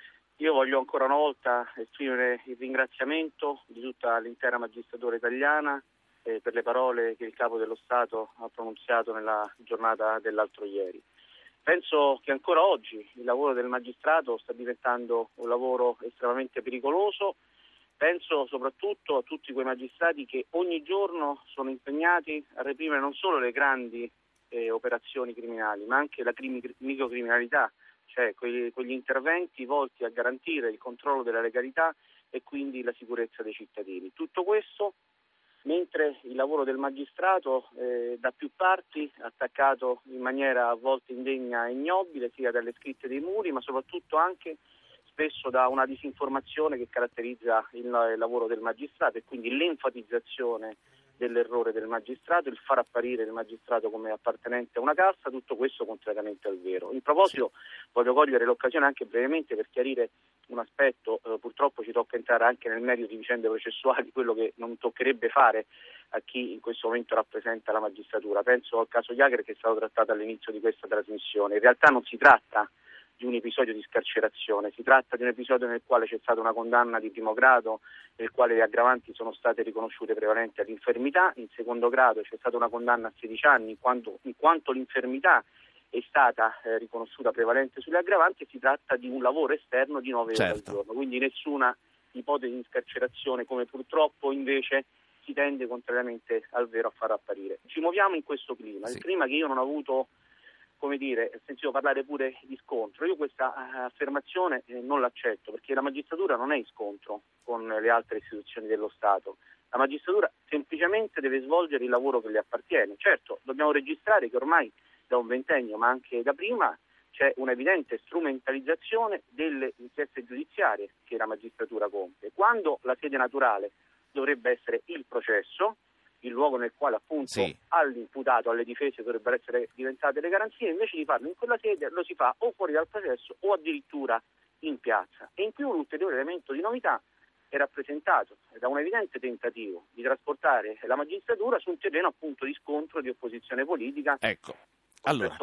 [SPEAKER 14] Io voglio ancora una volta esprimere il ringraziamento di tutta l'intera magistratura italiana eh, per le parole che il Capo dello Stato ha pronunziato nella giornata dell'altro ieri. Penso che ancora oggi il lavoro del magistrato sta diventando un lavoro estremamente pericoloso. Penso soprattutto a tutti quei magistrati che ogni giorno sono impegnati a reprimere non solo le grandi eh, operazioni criminali, ma anche la crimi- microcriminalità, cioè quegli, quegli interventi volti a garantire il controllo della legalità e quindi la sicurezza dei cittadini. Tutto questo mentre il lavoro del magistrato eh, da più parti attaccato in maniera a volte indegna e ignobile, sia dalle scritte dei muri, ma soprattutto anche spesso da una disinformazione che caratterizza il, il lavoro del magistrato e quindi l'enfatizzazione dell'errore del magistrato, il far apparire il magistrato come appartenente a una casta, tutto questo contrariamente al vero. In proposito voglio cogliere l'occasione anche brevemente per chiarire un aspetto, eh, purtroppo ci tocca entrare anche nel merito di vicende processuali, quello che non toccherebbe fare a chi in questo momento rappresenta la magistratura. Penso al caso Jager che è stato trattato all'inizio di questa trasmissione. In realtà non si tratta di un episodio di scarcerazione, si tratta di un episodio nel quale c'è stata una condanna di primo grado, nel quale le aggravanti sono state riconosciute prevalenti all'infermità, in secondo grado c'è stata una condanna a sedici anni in quanto, in quanto l'infermità è stata eh, riconosciuta prevalente sulle aggravanti e si tratta di un lavoro esterno di nove ore al giorno, quindi nessuna ipotesi di scarcerazione come purtroppo invece si tende contrariamente al vero a far apparire. Ci muoviamo in questo clima, sì. Il clima che io non ho avuto, come dire, ho sentito parlare pure di scontro. Io questa uh, affermazione eh, non l'accetto perché la magistratura non è in scontro con le altre istituzioni dello Stato. La magistratura semplicemente deve svolgere il lavoro che le appartiene. Certo, dobbiamo registrare che ormai da un ventennio, ma anche da prima, c'è un'evidente strumentalizzazione delle inchieste giudiziarie che la magistratura compie, quando la sede naturale dovrebbe essere il processo, il luogo nel quale appunto sì. all'imputato, alle difese dovrebbero essere diventate le garanzie, invece di farlo in quella sede lo si fa o fuori dal processo o addirittura in piazza. E in più un ulteriore elemento di novità è rappresentato da un evidente tentativo di trasportare la magistratura su un terreno appunto di scontro, di opposizione politica.
[SPEAKER 2] Ecco, allora...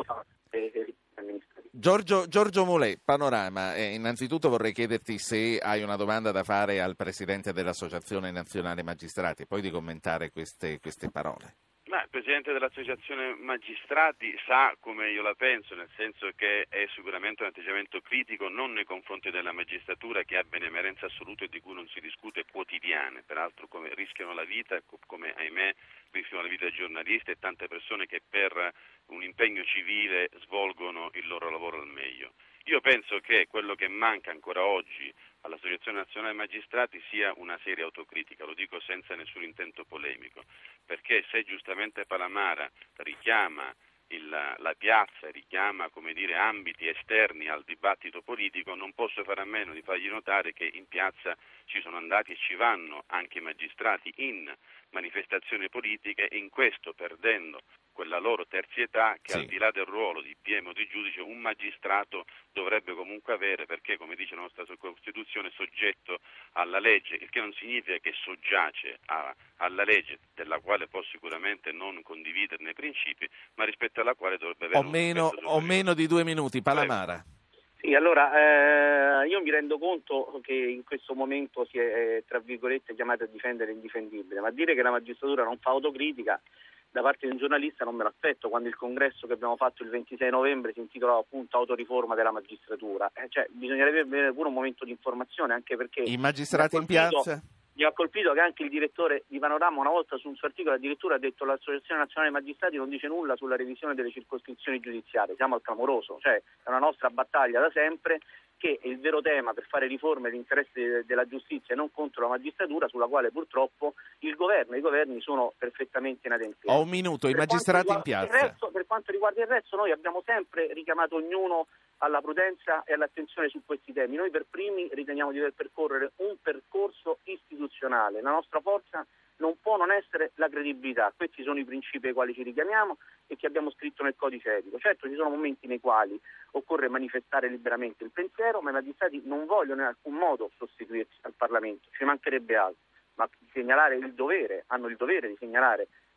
[SPEAKER 2] Giorgio, Giorgio Mulè, Panorama, eh, innanzitutto vorrei chiederti se hai una domanda da fare al Presidente dell'Associazione Nazionale Magistrati, poi di commentare queste, queste parole.
[SPEAKER 10] Ma il Presidente dell'Associazione Magistrati sa come io la penso, nel senso che è sicuramente un atteggiamento critico non nei confronti della magistratura che ha benemerenza assoluta e di cui non si discute, quotidiane, peraltro come rischiano la vita, come ahimè rischiano la vita dei giornalisti e tante persone che per un impegno civile svolgono il loro lavoro al meglio. Io penso che quello che manca ancora oggi all'Associazione Nazionale Magistrati sia una seria autocritica, lo dico senza nessun intento polemico, perché se giustamente Palamara richiama il, la piazza, richiama come dire, ambiti esterni al dibattito politico, non posso fare a meno di fargli notare che in piazza ci sono andati e ci vanno anche i magistrati in manifestazioni politiche e in questo perdendo quella loro terzietà che sì. al di là del ruolo di P M o di giudice un magistrato dovrebbe comunque avere, perché come dice la nostra Costituzione soggetto alla legge, il che non significa che soggiace a, alla legge della quale può sicuramente non condividerne i principi, ma rispetto alla quale dovrebbe avere
[SPEAKER 2] o
[SPEAKER 10] un
[SPEAKER 2] meno, o meno di due minuti. Palamara.
[SPEAKER 14] Sì, allora eh, io mi rendo conto che in questo momento si è tra virgolette chiamato a difendere l'indifendibile, ma dire che la magistratura non fa autocritica da parte di un giornalista non me l'aspetto, quando il congresso che abbiamo fatto il ventisei novembre si intitolava appunto Autoriforma della magistratura. Eh, cioè, bisognerebbe avere pure un momento di informazione, anche perché
[SPEAKER 2] i magistrati in piazza?
[SPEAKER 14] Mi ha colpito che anche il direttore di Panorama una volta su un suo articolo addirittura ha detto che l'Associazione Nazionale Magistrati non dice nulla sulla revisione delle circoscrizioni giudiziarie. Siamo al clamoroso, cioè è una nostra battaglia da sempre che è il vero tema per fare riforme all'interesse della giustizia e non contro la magistratura, sulla quale purtroppo il governo e i governi sono perfettamente inadempienti.
[SPEAKER 2] Ho un minuto, i magistrati in piazza.
[SPEAKER 14] Il resto, per quanto riguarda il resto, noi abbiamo sempre richiamato ognuno alla prudenza e all'attenzione su questi temi. Noi per primi riteniamo di dover percorrere un percorso istituzionale. La nostra forza non può non essere la credibilità. Questi sono i principi ai quali ci richiamiamo e che abbiamo scritto nel codice etico. Certo, ci sono momenti nei quali occorre manifestare liberamente il pensiero, ma i magistrati non vogliono in alcun modo sostituirsi al Parlamento, ci mancherebbe altro, ma segnalare il dovere, hanno il dovere di segnalare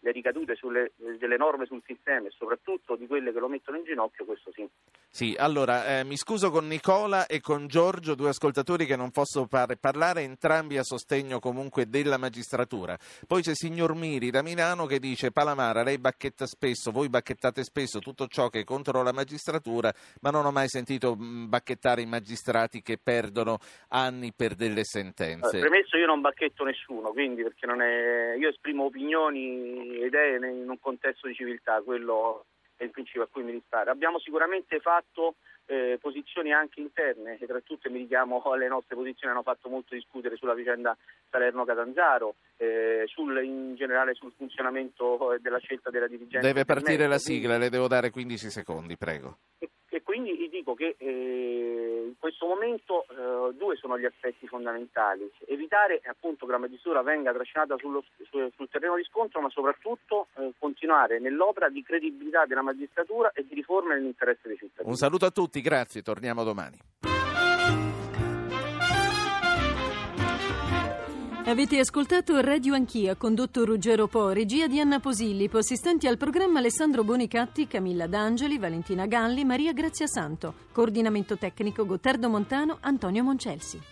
[SPEAKER 14] le ricadute sulle, delle norme sul sistema e soprattutto di quelle che lo mettono in ginocchio, questo sì.
[SPEAKER 2] Sì, allora eh, mi scuso con Nicola e con Giorgio, due ascoltatori che non posso par- parlare, entrambi a sostegno comunque della magistratura. Poi c'è signor Miri da Milano che dice: Palamara, lei bacchetta spesso, voi bacchettate spesso tutto ciò che è contro la magistratura, ma non ho mai sentito mh, bacchettare i magistrati che perdono anni per delle sentenze.
[SPEAKER 14] Allora, premesso, io non bacchetto nessuno, quindi perché non è, io esprimo opinioni e idee in un contesto di civiltà, quello è il principio a cui mi ristare. Abbiamo sicuramente fatto eh, posizioni anche interne, e tra tutte mi richiamo alle nostre posizioni, hanno fatto molto discutere sulla vicenda Salerno-Catanzaro, eh, sul, in generale sul funzionamento della scelta della dirigenza.
[SPEAKER 2] Deve partire la
[SPEAKER 14] quindi,
[SPEAKER 2] sigla, le devo dare quindici secondi, prego.
[SPEAKER 14] E, e quindi vi dico che eh, in questo momento eh, due sono gli aspetti fondamentali: evitare appunto che la magistratura venga trascinata sullo, su, sul terreno di scontro, ma soprattutto eh, continuare nell'opera di credibilità della magistratura e di riforma nell'interesse dei cittadini.
[SPEAKER 2] Un saluto a tutti, grazie, torniamo domani.
[SPEAKER 15] Avete ascoltato Radio Anch'io, condotto Ruggero Po, regia di Anna Posillipo, assistenti al programma Alessandro Bonicatti, Camilla D'Angeli, Valentina Galli, Maria Grazia Santo, coordinamento tecnico Gottardo Montano, Antonio Moncelsi.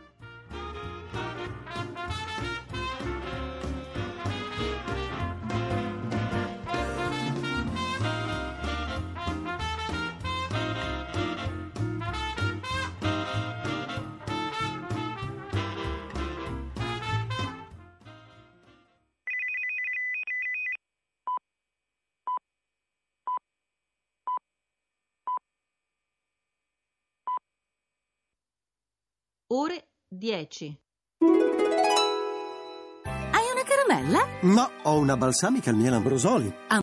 [SPEAKER 1] Ore dieci.
[SPEAKER 16] Hai una caramella?
[SPEAKER 17] No, ho una balsamica al miele Ambrosoli.